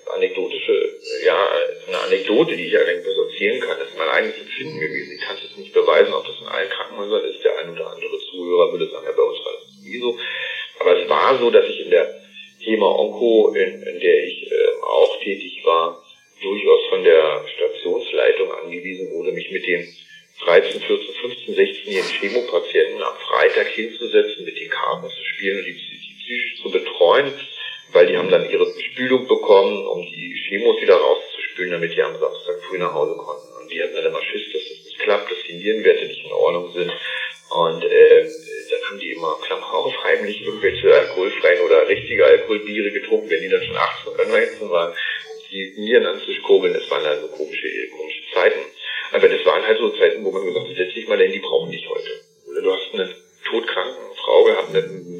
S2: eine Anekdote, die ich eigentlich erzählen kann, das ist mein eigenes Empfinden gewesen. Ich kann es jetzt nicht beweisen, ob das in allen Krankenhäusern ist. Der ein oder andere Zuhörer würde sagen, ja, bei uns war das nie so. Aber es war so, dass ich in der Thema Onko, in der ich auch tätig war, durchaus von der Stationsleitung angewiesen wurde, mich mit den 13, 14, 15, 16-jährigen Chemopatienten am Freitag hinzusetzen, mit den Karten zu spielen und die psychisch zu betreuen, weil die haben dann ihre Spülung bekommen, um die Chemos wieder rauszuspülen, damit die am Samstag früh nach Hause konnten. Und die hatten dann immer Schiss, dass das nicht klappt, dass die Nierenwerte nicht in Ordnung sind. Und dann haben die immer Klammer auf heimlich irgendwelche alkoholfreien oder richtige Alkoholbiere getrunken, wenn die dann schon 18 oder 19 waren, die Nieren anzukurbeln. Das waren also komische Zeiten. Aber das waren halt so Zeiten, wo man gesagt hat, setz dich mal hin, die brauchen dich heute. Oder du hast eine todkranke Frau gehabt mit einem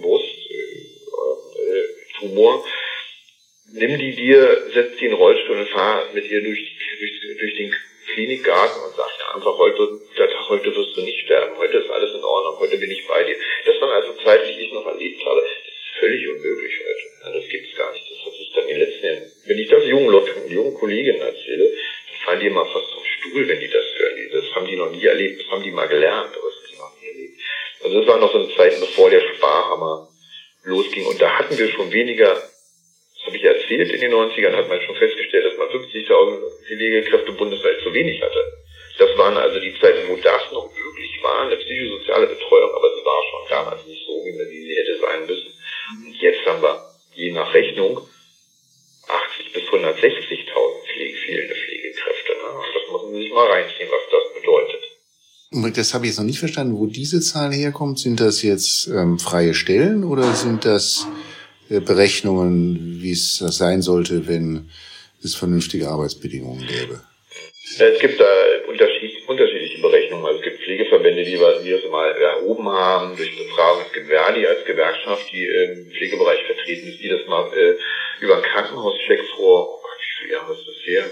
S2: Brusttumor, nimm die dir, setz die in den Rollstuhl und fahr mit ihr durch den Klinikgarten und sag ja einfach, heute wirst du nicht sterben, heute ist alles in Ordnung, heute bin ich bei dir. Das waren also Zeiten, die ich noch erlebt habe. Das ist völlig unmöglich heute. Ja, das gibt's gar nicht. Das hat sich dann in den letzten Jahren, wenn ich das jungen Kolleginnen erzähle, fallen die immer fast vom Stuhl, wenn die das hören. Das haben die noch nie erlebt, das haben die mal gelernt, aber das haben die noch nie erlebt. Also das waren noch so eine Zeiten, bevor der Sparhammer losging. Und da hatten wir schon weniger, das habe ich erzählt, in den 90ern hat man schon festgestellt, dass man 50.000 Pflegekräfte bundesweit zu wenig hatte. Das waren also die Zeiten, wo das noch möglich war, eine psychosoziale Betreuung, aber sie war schon damals nicht so, wie sie hätte sein müssen. Und jetzt haben wir, je nach Rechnung, 80.000 bis 160.000 fehlende Pflegekräfte. Das muss man sich mal reinziehen, was das bedeutet.
S1: Das habe ich jetzt noch nicht verstanden, wo diese Zahl herkommt. Sind das jetzt freie Stellen oder sind das Berechnungen, wie es das sein sollte, wenn es vernünftige Arbeitsbedingungen gäbe?
S2: Es gibt da unterschiedliche Berechnungen. Also es gibt Pflegeverbände, die das mal erhoben haben durch Befragung. Es gibt Verdi als Gewerkschaft, die im Pflegebereich vertreten ist, die das mal über einen Krankenhauscheck vor, oh Gott, wie viele Jahre ist das her?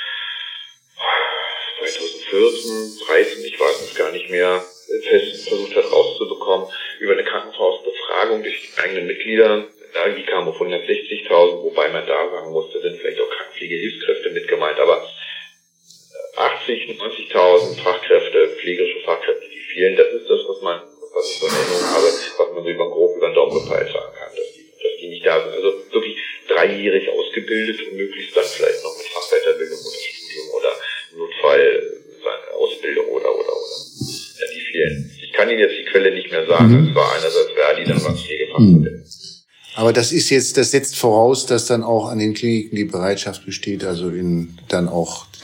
S2: 2014, 13, ich weiß es gar nicht mehr, versucht hat rauszubekommen, über eine Krankenhausbefragung durch die eigenen Mitglieder. Die kamen auf 160.000, wobei man da sagen musste, sind vielleicht auch Krankenpflegehilfskräfte mit gemeint, aber 80.000, 90.000 Fachkräfte, pflegerische Fachkräfte, die fehlen, das ist das, was ich so in Erinnerung habe, was man so grob über den Daumen gepeilt sagen kann, dass die nicht da sind. Also wirklich 3-jährig ausgebildet und möglichst dann vielleicht noch mit Fachweiterbildung oder Studium oder Notfallausbildung oder. Ja, die fehlen. Ich kann Ihnen jetzt die Quelle nicht mehr sagen. Das war einerseits Verdi, dann war es Pflegefachverbände.
S1: Aber das setzt voraus, dass dann auch an den Kliniken die Bereitschaft besteht, also dann auch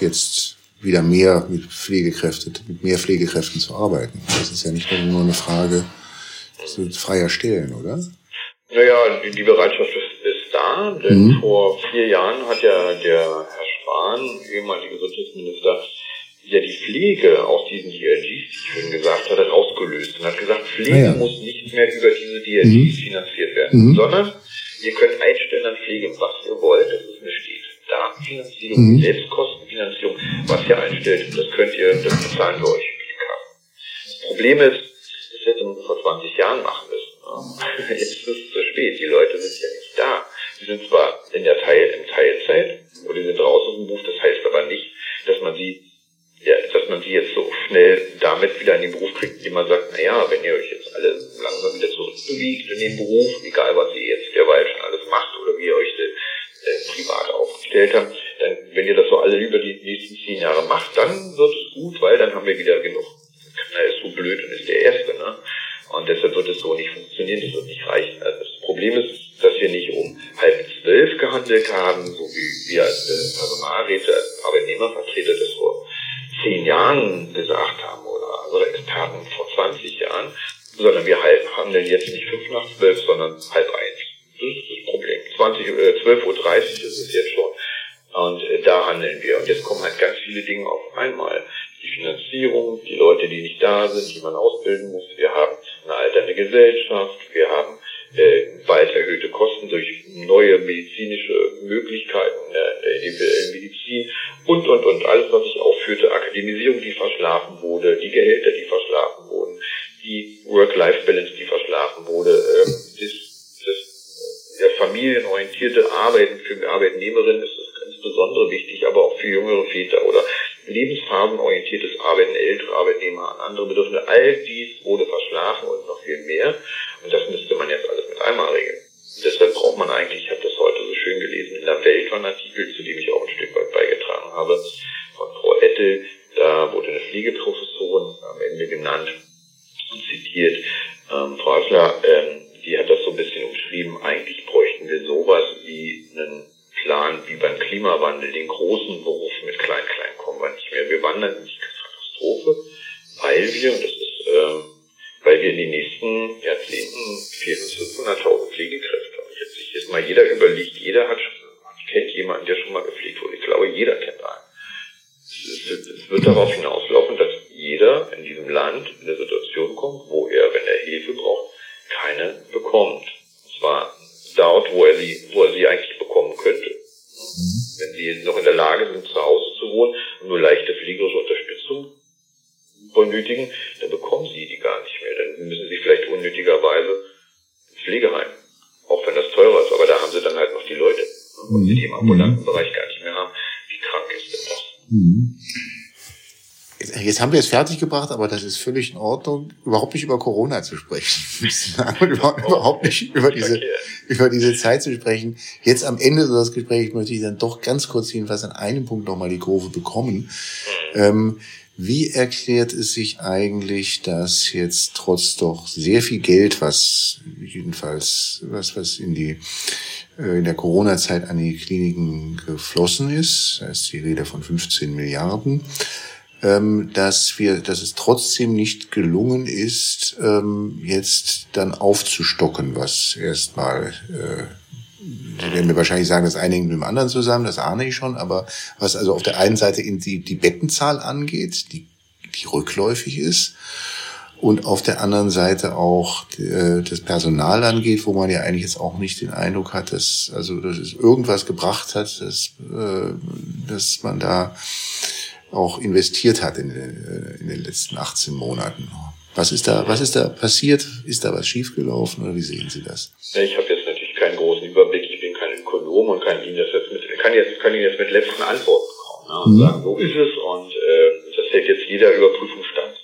S1: jetzt wieder mehr mit mehr Pflegekräften zu arbeiten. Das ist ja nicht nur eine Frage freier Stellen, oder?
S2: Naja, die Bereitschaft ist da, denn vor 4 Jahren hat ja der Herr Spahn, ehemaliger Gesundheitsminister, ja die Pflege aus diesen DRGs, wie ich vorhin gesagt hatte, rausgelöst und hat gesagt, Pflege muss nicht mehr über diese DRGs finanziert werden, sondern ihr könnt einstellen an Pflege, was ihr wollt, das ist eine Datenfinanzierung, Selbstkostenfinanzierung, was ihr einstellt, das bezahlen wir euch mit Kassen. Das Problem ist, das hätte man vor 20 Jahren machen müssen. Jetzt ist es zu spät, die Leute sind ja nicht da. Sie sind zwar in Teilzeit, oder die sind raus aus dem Beruf, das heißt aber nicht, dass man sie jetzt so schnell damit wieder in den Beruf kriegt, indem man sagt, naja, wenn ihr euch jetzt alle langsam wieder zurückbewegt in den Beruf, egal was ihr jetzt derweil schon alles macht oder wie ihr euch privat aufgestellt habt, dann, wenn ihr das so alle über die nächsten 10 Jahre macht, dann wird es gut, weil dann haben wir wieder genug. Keiner ist so blöd und ist der Erste, ne? Und deshalb wird es so nicht funktionieren, das wird nicht reichen. Also das Problem ist, dass wir nicht um 11:30 gehandelt haben, so wie wir als Personalräte, als Arbeitnehmervertreter das vor 10 Jahren gesagt haben oder Experten vor 20 Jahren, sondern wir handeln jetzt nicht 5:05, sondern 12:30. Das ist das Problem. 12:30 Uhr ist es jetzt schon. Und da handeln wir. Und jetzt kommen halt ganz viele Dinge auf einmal. Die Finanzierung, die Leute, die nicht da sind, die man ausbilden muss. Wir haben eine alternde Gesellschaft. Wir haben weit erhöhte Kosten durch neue medizinische Möglichkeiten in der individuellen Medizin und. Alles, was ich aufführte, Akademisierung, die verschlafen wurde, die Gehälter, die verschlafen wurden, die Work-Life-Balance, die verschlafen wurde, der familienorientierte Arbeiten für Arbeitnehmerinnen ist das insbesondere wichtig, aber auch für jüngere Väter oder lebensphasenorientiertes Arbeiten, ältere Arbeitnehmer an andere Bedürfnisse. All dies wurde verschlafen und noch viel mehr. Und das müsste man jetzt alles mit einmal regeln. Deshalb braucht man eigentlich, ich habe das heute so schön gelesen, in der Welt war ein Artikel, zu dem ich auch ein Stück weit beigetragen habe, von Frau Ettel. Da wurde eine Pflegeprofessorin am Ende genannt und zitiert. Frau Hassler, die hat das so ein bisschen umschrieben, eigentlich bräuchten wir sowas wie einen Plan wie beim Klimawandel, den großen Beruf mit Klein kommen wir nicht mehr. Wir wandern in die Katastrophe, weil wir in den nächsten Jahrzehnten 400.000 bis 500.000 Pflegekräfte haben. Jetzt sich jetzt mal jeder überlegt, kennt jemanden, der schon mal gepflegt wurde. Ich glaube, jeder kennt einen. Es wird darauf hinauslaufen, dass jeder in diesem Land in eine Situation kommt, wo er, wenn er Hilfe braucht, keine bekommt. Und zwar dort, wo er sie eigentlich bekommen könnte. Wenn sie noch in der Lage sind, zu Hause zu wohnen und nur leichte pflegerische Unterstützung benötigen, dann bekommen sie die gar nicht mehr. Dann müssen sie vielleicht unnötigerweise ins Pflegeheim. Auch wenn das teurer ist, aber da haben sie dann halt noch die Leute. Und die im ambulanten Bereich gar nicht mehr haben. Wie krank ist denn das?
S1: Jetzt haben wir es fertiggebracht, aber das ist völlig in Ordnung, überhaupt nicht über Corona zu sprechen. Und überhaupt nicht über diese Zeit zu sprechen. Jetzt am Ende so das Gespräch möchte ich dann doch ganz kurz jedenfalls an einem Punkt nochmal die Kurve bekommen. Wie erklärt es sich eigentlich, dass jetzt trotz doch sehr viel Geld, was in der Corona-Zeit an die Kliniken geflossen ist, da ist die Rede von 15 Milliarden, dass es trotzdem nicht gelungen ist, jetzt dann aufzustocken, was erstmal, Sie werden mir wahrscheinlich sagen, das eine hängt mit dem anderen zusammen, das ahne ich schon, aber was also auf der einen Seite die Bettenzahl angeht, die rückläufig ist, und auf der anderen Seite auch das Personal angeht, wo man ja eigentlich jetzt auch nicht den Eindruck hat, dass es irgendwas gebracht hat, dass man da auch investiert hat in den letzten 18 Monaten. Was ist da passiert? Ist da was schiefgelaufen oder wie sehen Sie das?
S2: Ich habe jetzt natürlich keinen großen Überblick. Ich bin kein Ökonom und kann Ihnen jetzt mit letzten Antworten kommen, ne, und sagen, so ist es, und das hält jetzt jeder Überprüfung stand.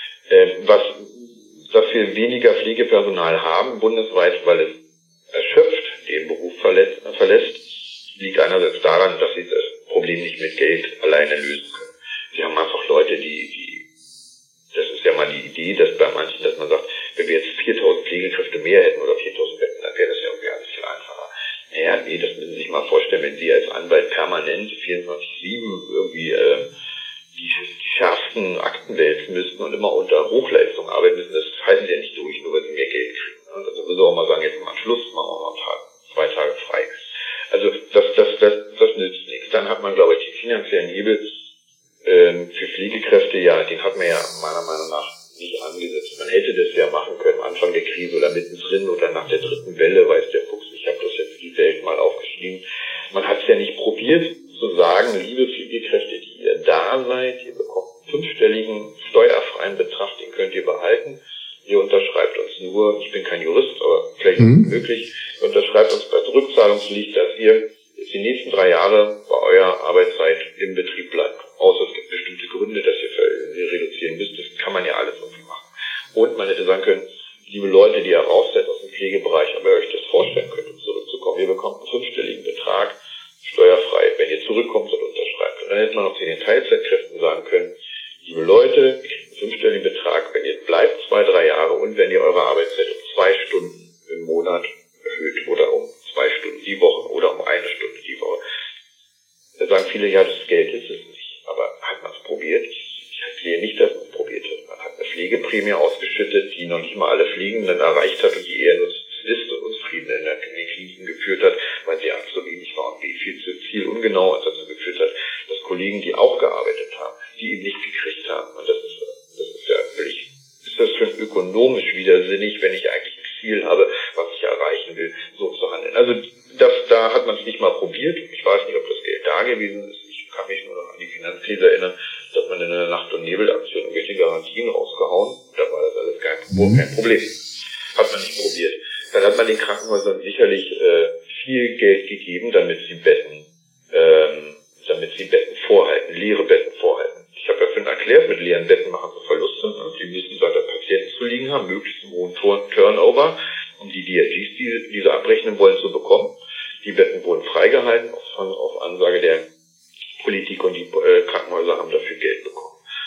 S2: Dass wir weniger Pflegepersonal haben bundesweit, weil es erschöpft den Beruf verlässt, liegt einerseits daran, dass sie das Problem nicht mit Geld alleine lösen können. Sie haben einfach Leute, das ist ja mal die Idee, dass bei manchen, dass man sagt, wenn wir jetzt 4.000 Pflegekräfte mehr hätten oder 4.000 Betten, dann wäre das ja irgendwie alles viel einfacher. Naja, nee, das müssen Sie sich mal vorstellen. vorstellen, wenn Sie als Anwalt permanent 24/7 irgendwie die schärfsten Akten wälzen müssten und immer unter Hochleistung arbeiten müssen, das halten Sie ja nicht durch, nur weil Sie mehr Geld kriegen. Also müssen Sie auch mal sagen, jetzt mal Schluss, machen wir mal 2 Tage frei. Also das nützt nichts. Dann hat man, glaube ich, den finanziellen Hebel für Pflegekräfte, ja, den hat man ja meiner Meinung nach nicht angesetzt. Man hätte das ja machen können, Anfang der Krise oder mittendrin oder nach der 3. Welle, weiß der Fuchs. Ich habe das jetzt für die Welt mal aufgeschrieben. Man hat es ja nicht probiert zu sagen, liebe Pflegekräfte, die ihr da seid, ihr bekommt einen 5-stelligen steuerfreien Betrag, den könnt ihr behalten. Ihr unterschreibt uns nur, ich bin kein Jurist, aber vielleicht möglich, ihr unterschreibt uns bei Rückzahlungspflicht, dass ihr jetzt die nächsten 3 Jahre bei eurer Arbeitszeit im Betrieb bleibt. Außer es gibt bestimmte Gründe, dass ihr reduzieren müsst. Das kann man ja alles irgendwie machen. Und man hätte sagen können, liebe Leute, die ihr raus seid aus dem Pflegebereich, aber ihr euch das vorstellen könnt, um zurückzukommen, ihr bekommt einen 5-stelligen Betrag, steuerfrei, wenn ihr zurückkommt und unterschreibt. Und dann hätte man auch zu den Teilzeitkräften sagen können, liebe Leute, ihr kriegt einen 5-stelligen Betrag, wenn ihr bleibt 2-3 Jahre und wenn ihr eure Arbeitszeit um 2 Stunden im Monat erhöht oder um 2 Stunden die Woche oder um 1 Stunde die Woche. Da sagen viele, ja, das Geld ist es nicht. Aber hat man es probiert? Ich sehe nicht, dass man es probiert hat. Man hat eine Pflegeprämie ausgeschüttet, die noch nicht mal alle Pflegenden erreicht hat und die eher nur Liste Unzufriedene in den Kliniken geführt hat, weil sie A zu wenig war und B viel zu viel ungenau und dazu geführt hat, dass Kollegen, die auch gearbeitet haben, die eben nicht gekriegt haben. Und das ist ja völlig, ist das für ökonomisch widersinnig, wenn ich eigentlich ein Ziel habe, was ich erreichen will, so zu handeln. Also da hat man es nicht mal probiert. Ich weiß nicht, ob das Geld da gewesen ist. Ich kann mich nur noch an die Finanzkrise erinnern, dass man in einer Nacht- und Nebelaktion irgendwelche Garantien rausgehauen. Da war das alles kein Problem. Hat man nicht probiert. Dann hat man den Krankenhäusern sicherlich viel Geld gegeben, damit sie Betten vorhalten, leere Betten vorhalten. Ich habe ja vorhin erklärt, mit leeren Betten machen sie Verluste. Die müssen da Patienten zu liegen haben, möglichst einen hohen Turnover, um die DRGs, die sie abrechnen wollen, zu bekommen. Die Betten wurden freigehalten auf Ansage der Politik und die Krankenhäuser haben dafür Geld bekommen.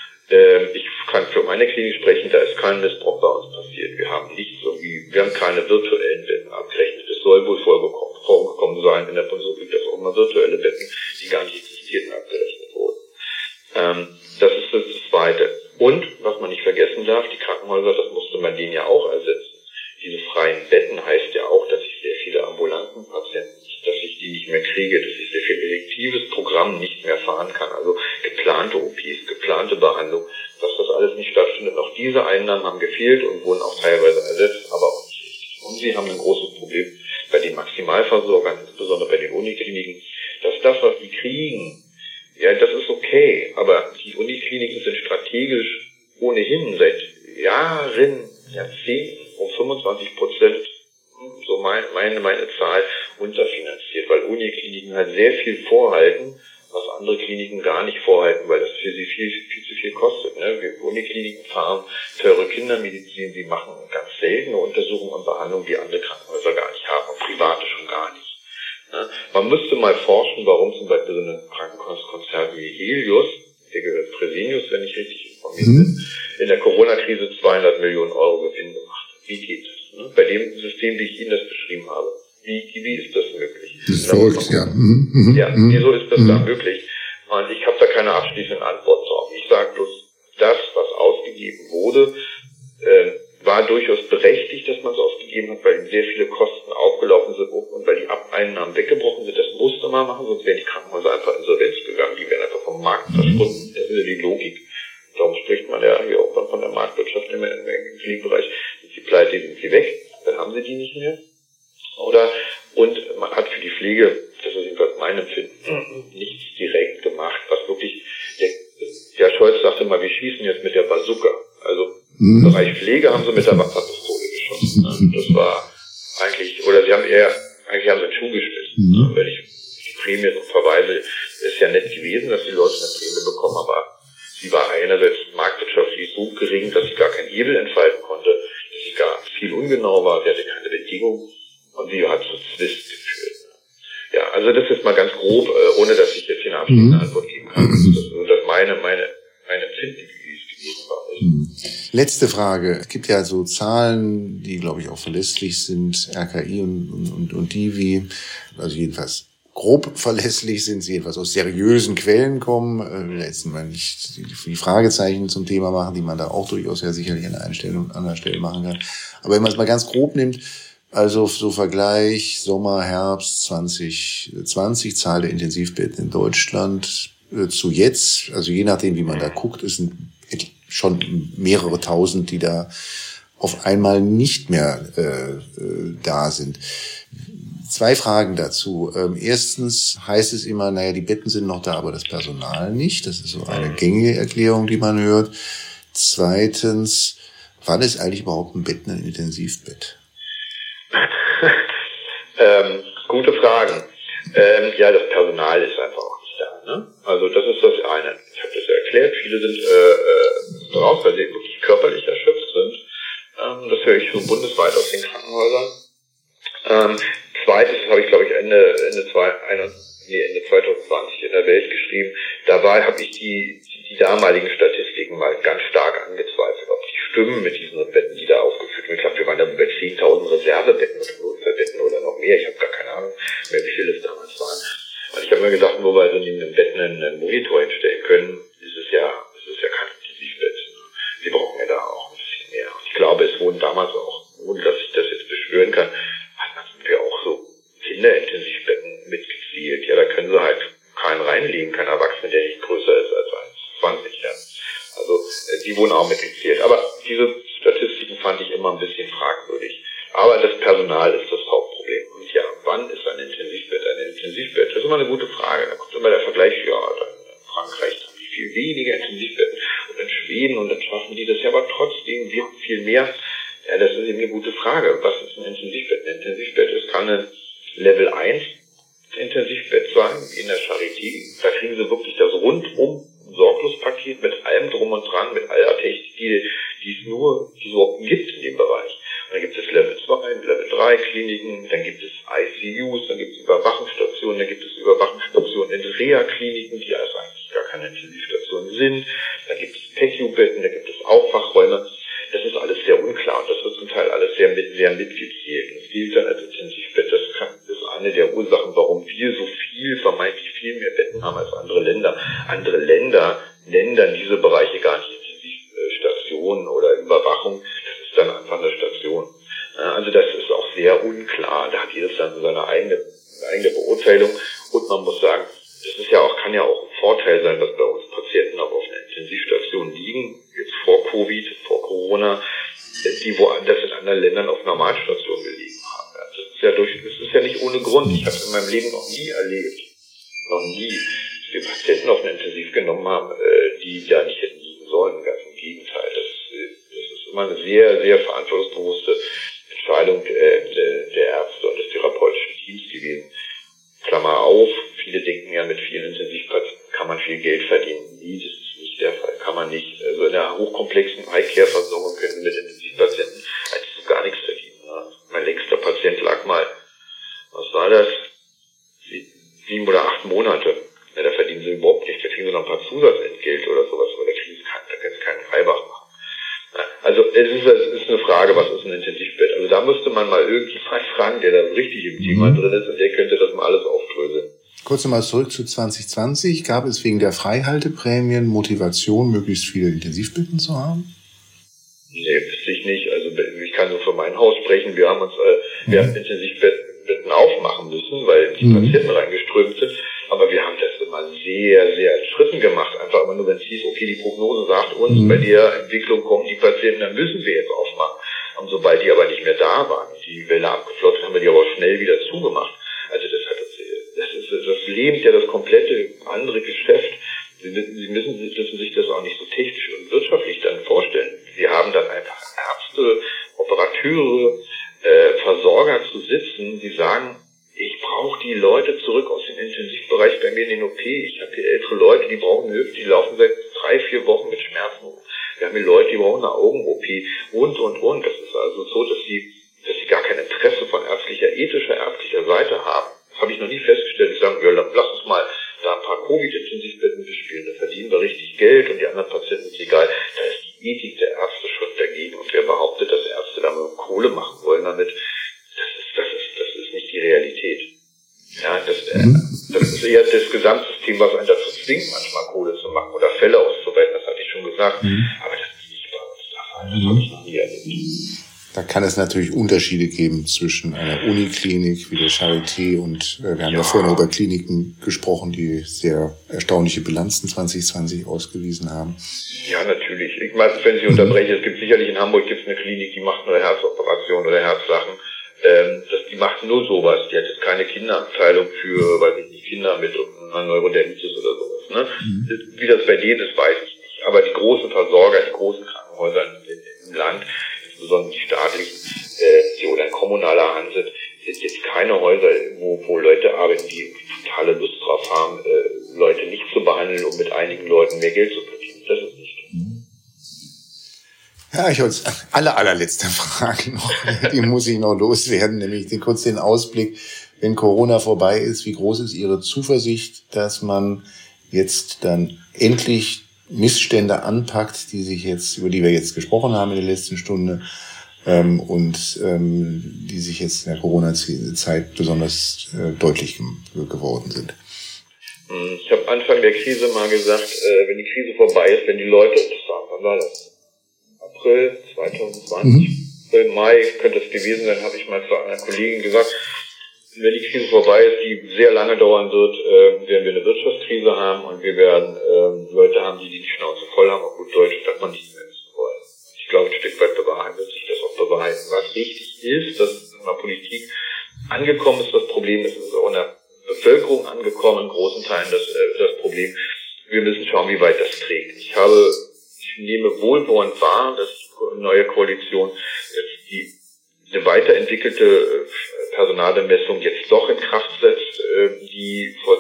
S2: Ich kann für meine Klinik sprechen, da ist kein Missbrauch bei uns passiert. Wir haben keine virtuellen Betten abgerechnet. Es soll wohl vorgekommen sein in der Bundesrepublik, dass auch mal virtuelle Betten, die gar nicht existierten, abgerechnet wurden. Das ist das Zweite. Und, was man nicht vergessen darf, die Krankenhäuser, das musste man denen ja auch ersetzen. Diese freien Betten heißt ja auch, dass ich sehr viele ambulanten Patienten, dass ich die nicht mehr kriege, dass ich sehr viel elektives Programm nicht mehr fahren kann, also geplante OPs, geplante Behandlung, dass das alles nicht stattfindet. Auch diese Einnahmen haben gefehlt und wurden auch teilweise ersetzt, aber auch nicht richtig. Und sie haben ein großes Problem bei den Maximalversorgern, insbesondere bei den Unikliniken, dass das, was die kriegen, ja, das ist okay, aber die Unikliniken sind strategisch ohnehin seit Jahren, Jahrzehnten um 25%, so meine Zahl, unterfinanziert, weil Unikliniken halt sehr viel vorhalten, was andere Kliniken gar nicht vorhalten, weil das für sie viel zu viel kostet. Ne? Unikliniken fahren teure Kindermedizin, sie machen ganz seltene Untersuchungen und Behandlungen, die andere Krankenhäuser gar nicht haben und private schon gar nicht. Ne? Man müsste mal forschen, warum zum Beispiel so ein Krankenhauskonzern wie Helios, der gehört Fresenius, wenn ich richtig informiert bin, in der Corona-Krise 200 Millionen Euro Gewinn gemacht hat. Wie geht das? Ne? Bei dem System, wie ich Ihnen das beschrieben habe. Wie ist das möglich?
S1: Das ist verrückt, ja.
S2: Wieso ist das da möglich? Und ich habe da keine abschließende Antwort drauf. Ich sage bloß, das, was ausgegeben wurde, war durchaus berechtigt, dass man es ausgegeben hat, weil sehr viele Kosten aufgelaufen sind und weil die Einnahmen weggebrochen sind. Das musste man machen, sonst wären die Krankenhäuser einfach insolvenz gegangen. Die wären einfach vom Markt verschwunden. Das ist ja die Logik. Darum spricht man ja hier auch von der Marktwirtschaft im Pflegebereich. Sind sie pleite, sind sie weg, dann haben sie die nicht mehr. Und man hat für die Pflege, das ist jedenfalls mein Empfinden, nichts direkt gemacht, was wirklich, der Scholz sagte mal, wir schießen jetzt mit der Bazooka. Also im Bereich Pflege haben sie mit der Wasserpistole geschossen. Das war eigentlich, oder eigentlich haben sie einen Schuh geschmissen. Wenn ich die Prämie so verweise, ist ja nett gewesen, dass die Leute eine Prämie bekommen, aber sie war einerseits marktwirtschaftlich so gering, dass ich gar keinen Hebel entfalten konnte, dass ich gar viel ungenau war, sie hatte keine Bedingungen. Und sie hat zu Zwist geführt. Ja, also das ist mal ganz grob, ohne dass ich jetzt hier eine abschließende Antwort geben kann. Das ist meine Empfinden, wie es gewesen war.
S1: Letzte Frage. Es gibt ja so Zahlen, die, glaube ich, auch verlässlich sind, RKI und Divi, also jedenfalls grob verlässlich sind, sie etwas aus seriösen Quellen kommen, jetzt mal nicht die Fragezeichen zum Thema machen, die man da auch durchaus ja sicherlich an einer Stelle und anderer Stelle machen kann. Aber wenn man es mal ganz grob nimmt, also so Vergleich Sommer, Herbst 2020, Zahl der Intensivbetten in Deutschland zu jetzt, also je nachdem, wie man da guckt, es sind schon mehrere tausend, die da auf einmal nicht mehr da sind. 2 Fragen dazu. Erstens heißt es immer, naja, die Betten sind noch da, aber das Personal nicht. Das ist so eine gängige Erklärung, die man hört. Zweitens, wann ist eigentlich überhaupt ein Bett ein Intensivbett?
S2: Gute Fragen. Ja, das Personal ist einfach auch nicht da. Ne? Also das ist das eine. Ich habe das ja erklärt. Viele sind raus, weil sie wirklich körperlich erschöpft sind. Das höre ich so bundesweit aus den Krankenhäusern. Zweites habe ich, glaube ich, Ende 2020 in der Welt geschrieben. Dabei habe ich die damaligen Statistiken mal ganz stark angezweifelt, ob die stimmen mit diesen Betten, die da aufgeführt werden. Ich glaube, wir waren da bei 10.000 Reservebetten oder Notfallbetten oder noch mehr. Ich habe gar keine Ahnung mehr, wie viele es damals waren. Und ich habe mir gedacht, nur weil sie neben dem Bett einen Monitor hinstellen können, ist es ja kein Intensivbett. Sie brauchen ja da auch ein bisschen mehr. Und ich glaube, es wurden damals auch, ohne dass ich das jetzt beschwören kann, hatten wir auch so Kinderintensivbetten mitgezählt. Ja, da können sie halt keinen reinlegen, kein Erwachsener, der nicht größer ist als 1,20. Ja. Also die wurden auch mitgezählt. Aber diese Statistiken fand ich immer ein bisschen fragwürdig. Aber das Personal ist das Hauptproblem. Und ja, wann ist ein Intensivbett ein Intensivbett? Das ist immer eine gute Frage. Da kommt immer der Vergleich, ja, dann in Frankreich haben die viel weniger Intensivbetten und in Schweden und dann schaffen die das ja, aber trotzdem, wir haben viel mehr. Ja, das ist eben eine gute Frage. Was ist ein Intensivbett? Ein Intensivbett kann ein Level 1 Intensivbett sein, wie in der Charité. Da kriegen sie wirklich das rundum Sorglospaket mit allem drum und dran, mit aller Technik, die es überhaupt gibt in dem Bereich. Und dann gibt es Level 2, Level 3 Kliniken, dann gibt es ICUs, dann gibt es Überwachungsstationen, dann gibt es Überwachungsstationen in Reha-Kliniken, die also eigentlich gar keine Intensivstationen sind. Dann gibt es PECU-Betten, da gibt es Aufwachräume. Das ist alles sehr unklar und das wird zum Teil alles sehr mitgezählt. Und es gilt dann als Intensivbett. Das ist eine der Ursachen, warum wir so vermeintlich viel mehr Betten haben als andere Länder. Andere Länder nennen dann diese Bereiche gar nicht Intensivstationen oder Überwachung. Das ist dann einfach eine Station. Also das ist auch sehr unklar. Da hat jedes Land seine eigene Beurteilung. Und man muss sagen, kann ja auch ein Vorteil sein, dass bei uns Patienten auch auf einer Intensivstation liegen, jetzt vor Covid, vor Corona, die woanders in anderen Ländern auf Normalstationen gelegen haben. Das ist ja nicht ohne Grund. Ich habe es in meinem Leben noch nie erlebt, dass wir Patienten auf eine Intensiv genommen haben, die da nicht hätten liegen sollen. Ganz im Gegenteil. Das ist immer eine sehr, sehr verantwortungsbewusste Entscheidung der Ärzte und des therapeutischen Teams gewesen. Klammer auf, viele denken ja, mit vielen Intensivpatienten kann man viel Geld verdienen. Nee, das ist nicht der Fall, kann man nicht. Also in der hochkomplexen Eye-Care-Versorgung können Sie mit Intensivpatienten eigentlich gar nichts verdienen. Mein längster Patient lag mal, was war das? 7 oder 8 Monate. Ja, da verdienen Sie überhaupt nichts, da kriegen Sie noch ein paar Zusatzentgelte oder sowas, aber da können Sie keinen Reibach machen. Also es ist eine Frage, was ist ein Intensivbett? Also da müsste man mal irgendjemand fragen, der da richtig im Thema drin ist und der könnte das mal alles aufdröseln.
S1: Kurz nochmal zurück zu 2020. Gab es wegen der Freihalteprämien Motivation, möglichst viele Intensivbetten zu haben?
S2: Nee, wüsste ich nicht. Also ich kann nur für mein Haus sprechen. Wir haben Intensivbetten aufmachen müssen, weil die Patienten reingeströmt sind. Aber wir haben das immer sehr, sehr in Schritten gemacht. Einfach immer nur, wenn es hieß, okay, die Prognose sagt uns, bei der Entwicklung kommen die Patienten, dann müssen wir jetzt aufmachen. Und sobald die aber nicht mehr da waren, die Welle abgeflossen, haben wir die aber schnell wieder zugemacht. Also das lähmt ja das komplette andere Geschäft. Sie müssen sich das auch nicht so technisch und wirtschaftlich dann vorstellen. Sie haben dann einfach Ärzte, Operateure, Versorger zu sitzen, die sagen, ich brauche die Leute zurück aus dem Intensivbereich bei mir in den OP. Ich habe hier ältere Leute, die brauchen eine Hüfte, die laufen seit 3-4 Wochen mit Schmerzen. Wir haben hier Leute, die brauchen eine Augen-OP und. Das ist also so, dass sie gar kein Interesse von ärztlicher Seite haben. Das habe ich noch nie festgestellt. Die sagen, ja, lass uns mal da ein paar Covid-Intensivbetten bespielen. Da verdienen wir richtig Geld und die anderen Patienten ist egal. Da ist die Ethik der Ärzte schon dagegen. Und wer behauptet, dass Ärzte damit Kohle machen wollen damit, das ist nicht die Realität. Ja, Gesamtsystem, was einen dazu zwingt, manchmal Kohle zu machen oder Fälle auszuweiten, das hatte ich schon gesagt. Aber das ist nicht bei uns der Fall. Das habe ich noch nie erlebt.
S1: Da kann es natürlich Unterschiede geben zwischen einer Uniklinik wie der Charité und wir haben ja vorhin über Kliniken gesprochen, die sehr erstaunliche Bilanzen 2020 ausgewiesen haben.
S2: Ja, natürlich. Ich meine, wenn Sie unterbrechen, es gibt sicherlich in Hamburg gibt's eine Klinik, die macht nur Herzoperationen oder Herzsachen. Die macht nur sowas. Die hat jetzt keine Kinderabteilung für, weiß ich nicht, Kinder mit einer Neurodermitis oder sowas. Ne? Wie das bei denen ist, weiß ich nicht. Aber die großen Versorger, die großen Krankenhäuser im Land, insbesondere die staatlichen, die oder in kommunaler Hand sind jetzt keine Häuser, wo Leute arbeiten, die totale Lust drauf haben, Leute nicht zu behandeln, um mit einigen Leuten mehr Geld zu verdienen. Das ist nicht.
S1: Ja, ich wollte allerletzte Frage noch, die muss ich noch loswerden, nämlich kurz den Ausblick, wenn Corona vorbei ist, wie groß ist Ihre Zuversicht, dass man jetzt dann endlich Missstände anpackt, über die wir jetzt gesprochen haben in der letzten Stunde, und die sich jetzt in der Corona-Zeit besonders deutlich geworden sind?
S2: Ich habe Anfang der Krise mal gesagt, wenn die Krise vorbei ist, wenn die Leute, wann war das? April 2020, April, Mai könnte es gewesen sein, habe ich mal zu einer Kollegin gesagt, wenn die Krise vorbei ist, die sehr lange dauern wird, werden wir eine Wirtschaftskrise haben und wir werden Leute haben, die Schnauze voll haben, auf gut Deutsch, dass man nicht mehr wissen wollen. Ich glaube, ein Stück weit wird sich das auch bewahrheiten. Was wichtig ist, dass in der Politik angekommen ist, das Problem ist, es ist auch in der Bevölkerung angekommen, in großen Teilen das Problem. Wir müssen schauen, wie weit das trägt. Ich nehme wohlwollend wahr, dass die neue Koalition eine weiterentwickelte Personalbemessung jetzt doch in Kraft setzt, die vor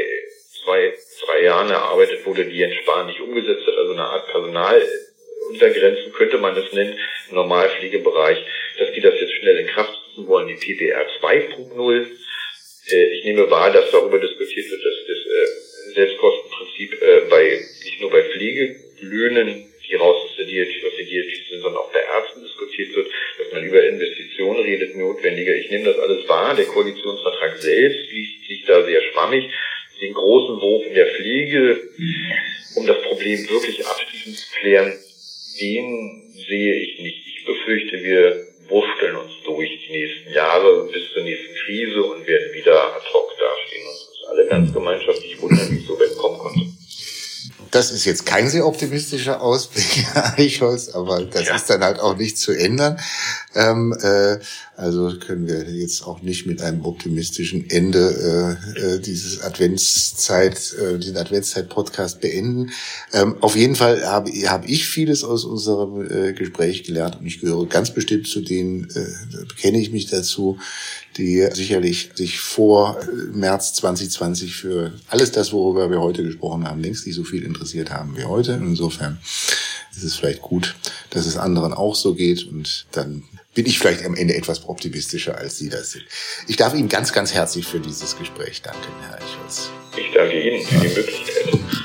S2: drei Jahren erarbeitet wurde, die Jens Spahn nicht umgesetzt hat, also eine Art Personaluntergrenzen könnte man das nennen, im Normalpflegebereich, dass die das jetzt schnell in Kraft setzen wollen, die PPR 2.0. Ich nehme wahr, dass darüber diskutiert wird, dass das Selbstkostenprinzip nicht nur bei Pflegelöhnen, die sediert sind, sondern auch bei Ärzten diskutiert wird, dass man über Investitionen redet, notwendiger. Ich nehme das alles wahr. Der Koalitionsvertrag selbst liegt da sehr schwammig. Den großen Wurf in der Pflege, um das Problem wirklich abschließend zu klären, den sehe ich nicht. Ich befürchte, wir wursteln uns durch die nächsten Jahre bis zur nächsten Krise und werden wieder ad hoc dastehen und uns alle ganz gemeinschaftlich wundern, wie es so weit kommen konnte.
S1: Das ist jetzt kein sehr optimistischer Ausblick, Herr Eichholz, aber das ist dann halt auch nicht zu ändern. Also können wir jetzt auch nicht mit einem optimistischen Ende diesen Adventszeit-Podcast beenden. Auf jeden Fall habe ich vieles aus unserem Gespräch gelernt und ich gehöre ganz bestimmt zu denen, bekenne ich mich dazu, die sicherlich sich vor März 2020 für alles das, worüber wir heute gesprochen haben, längst nicht so viel interessiert haben wie heute. Insofern ist es vielleicht gut, dass es anderen auch so geht und dann bin ich vielleicht am Ende etwas optimistischer, als Sie das sind. Ich darf Ihnen ganz, ganz herzlich für dieses Gespräch danken, Herr Eichholz.
S2: Ich danke Ihnen für die Möglichkeit.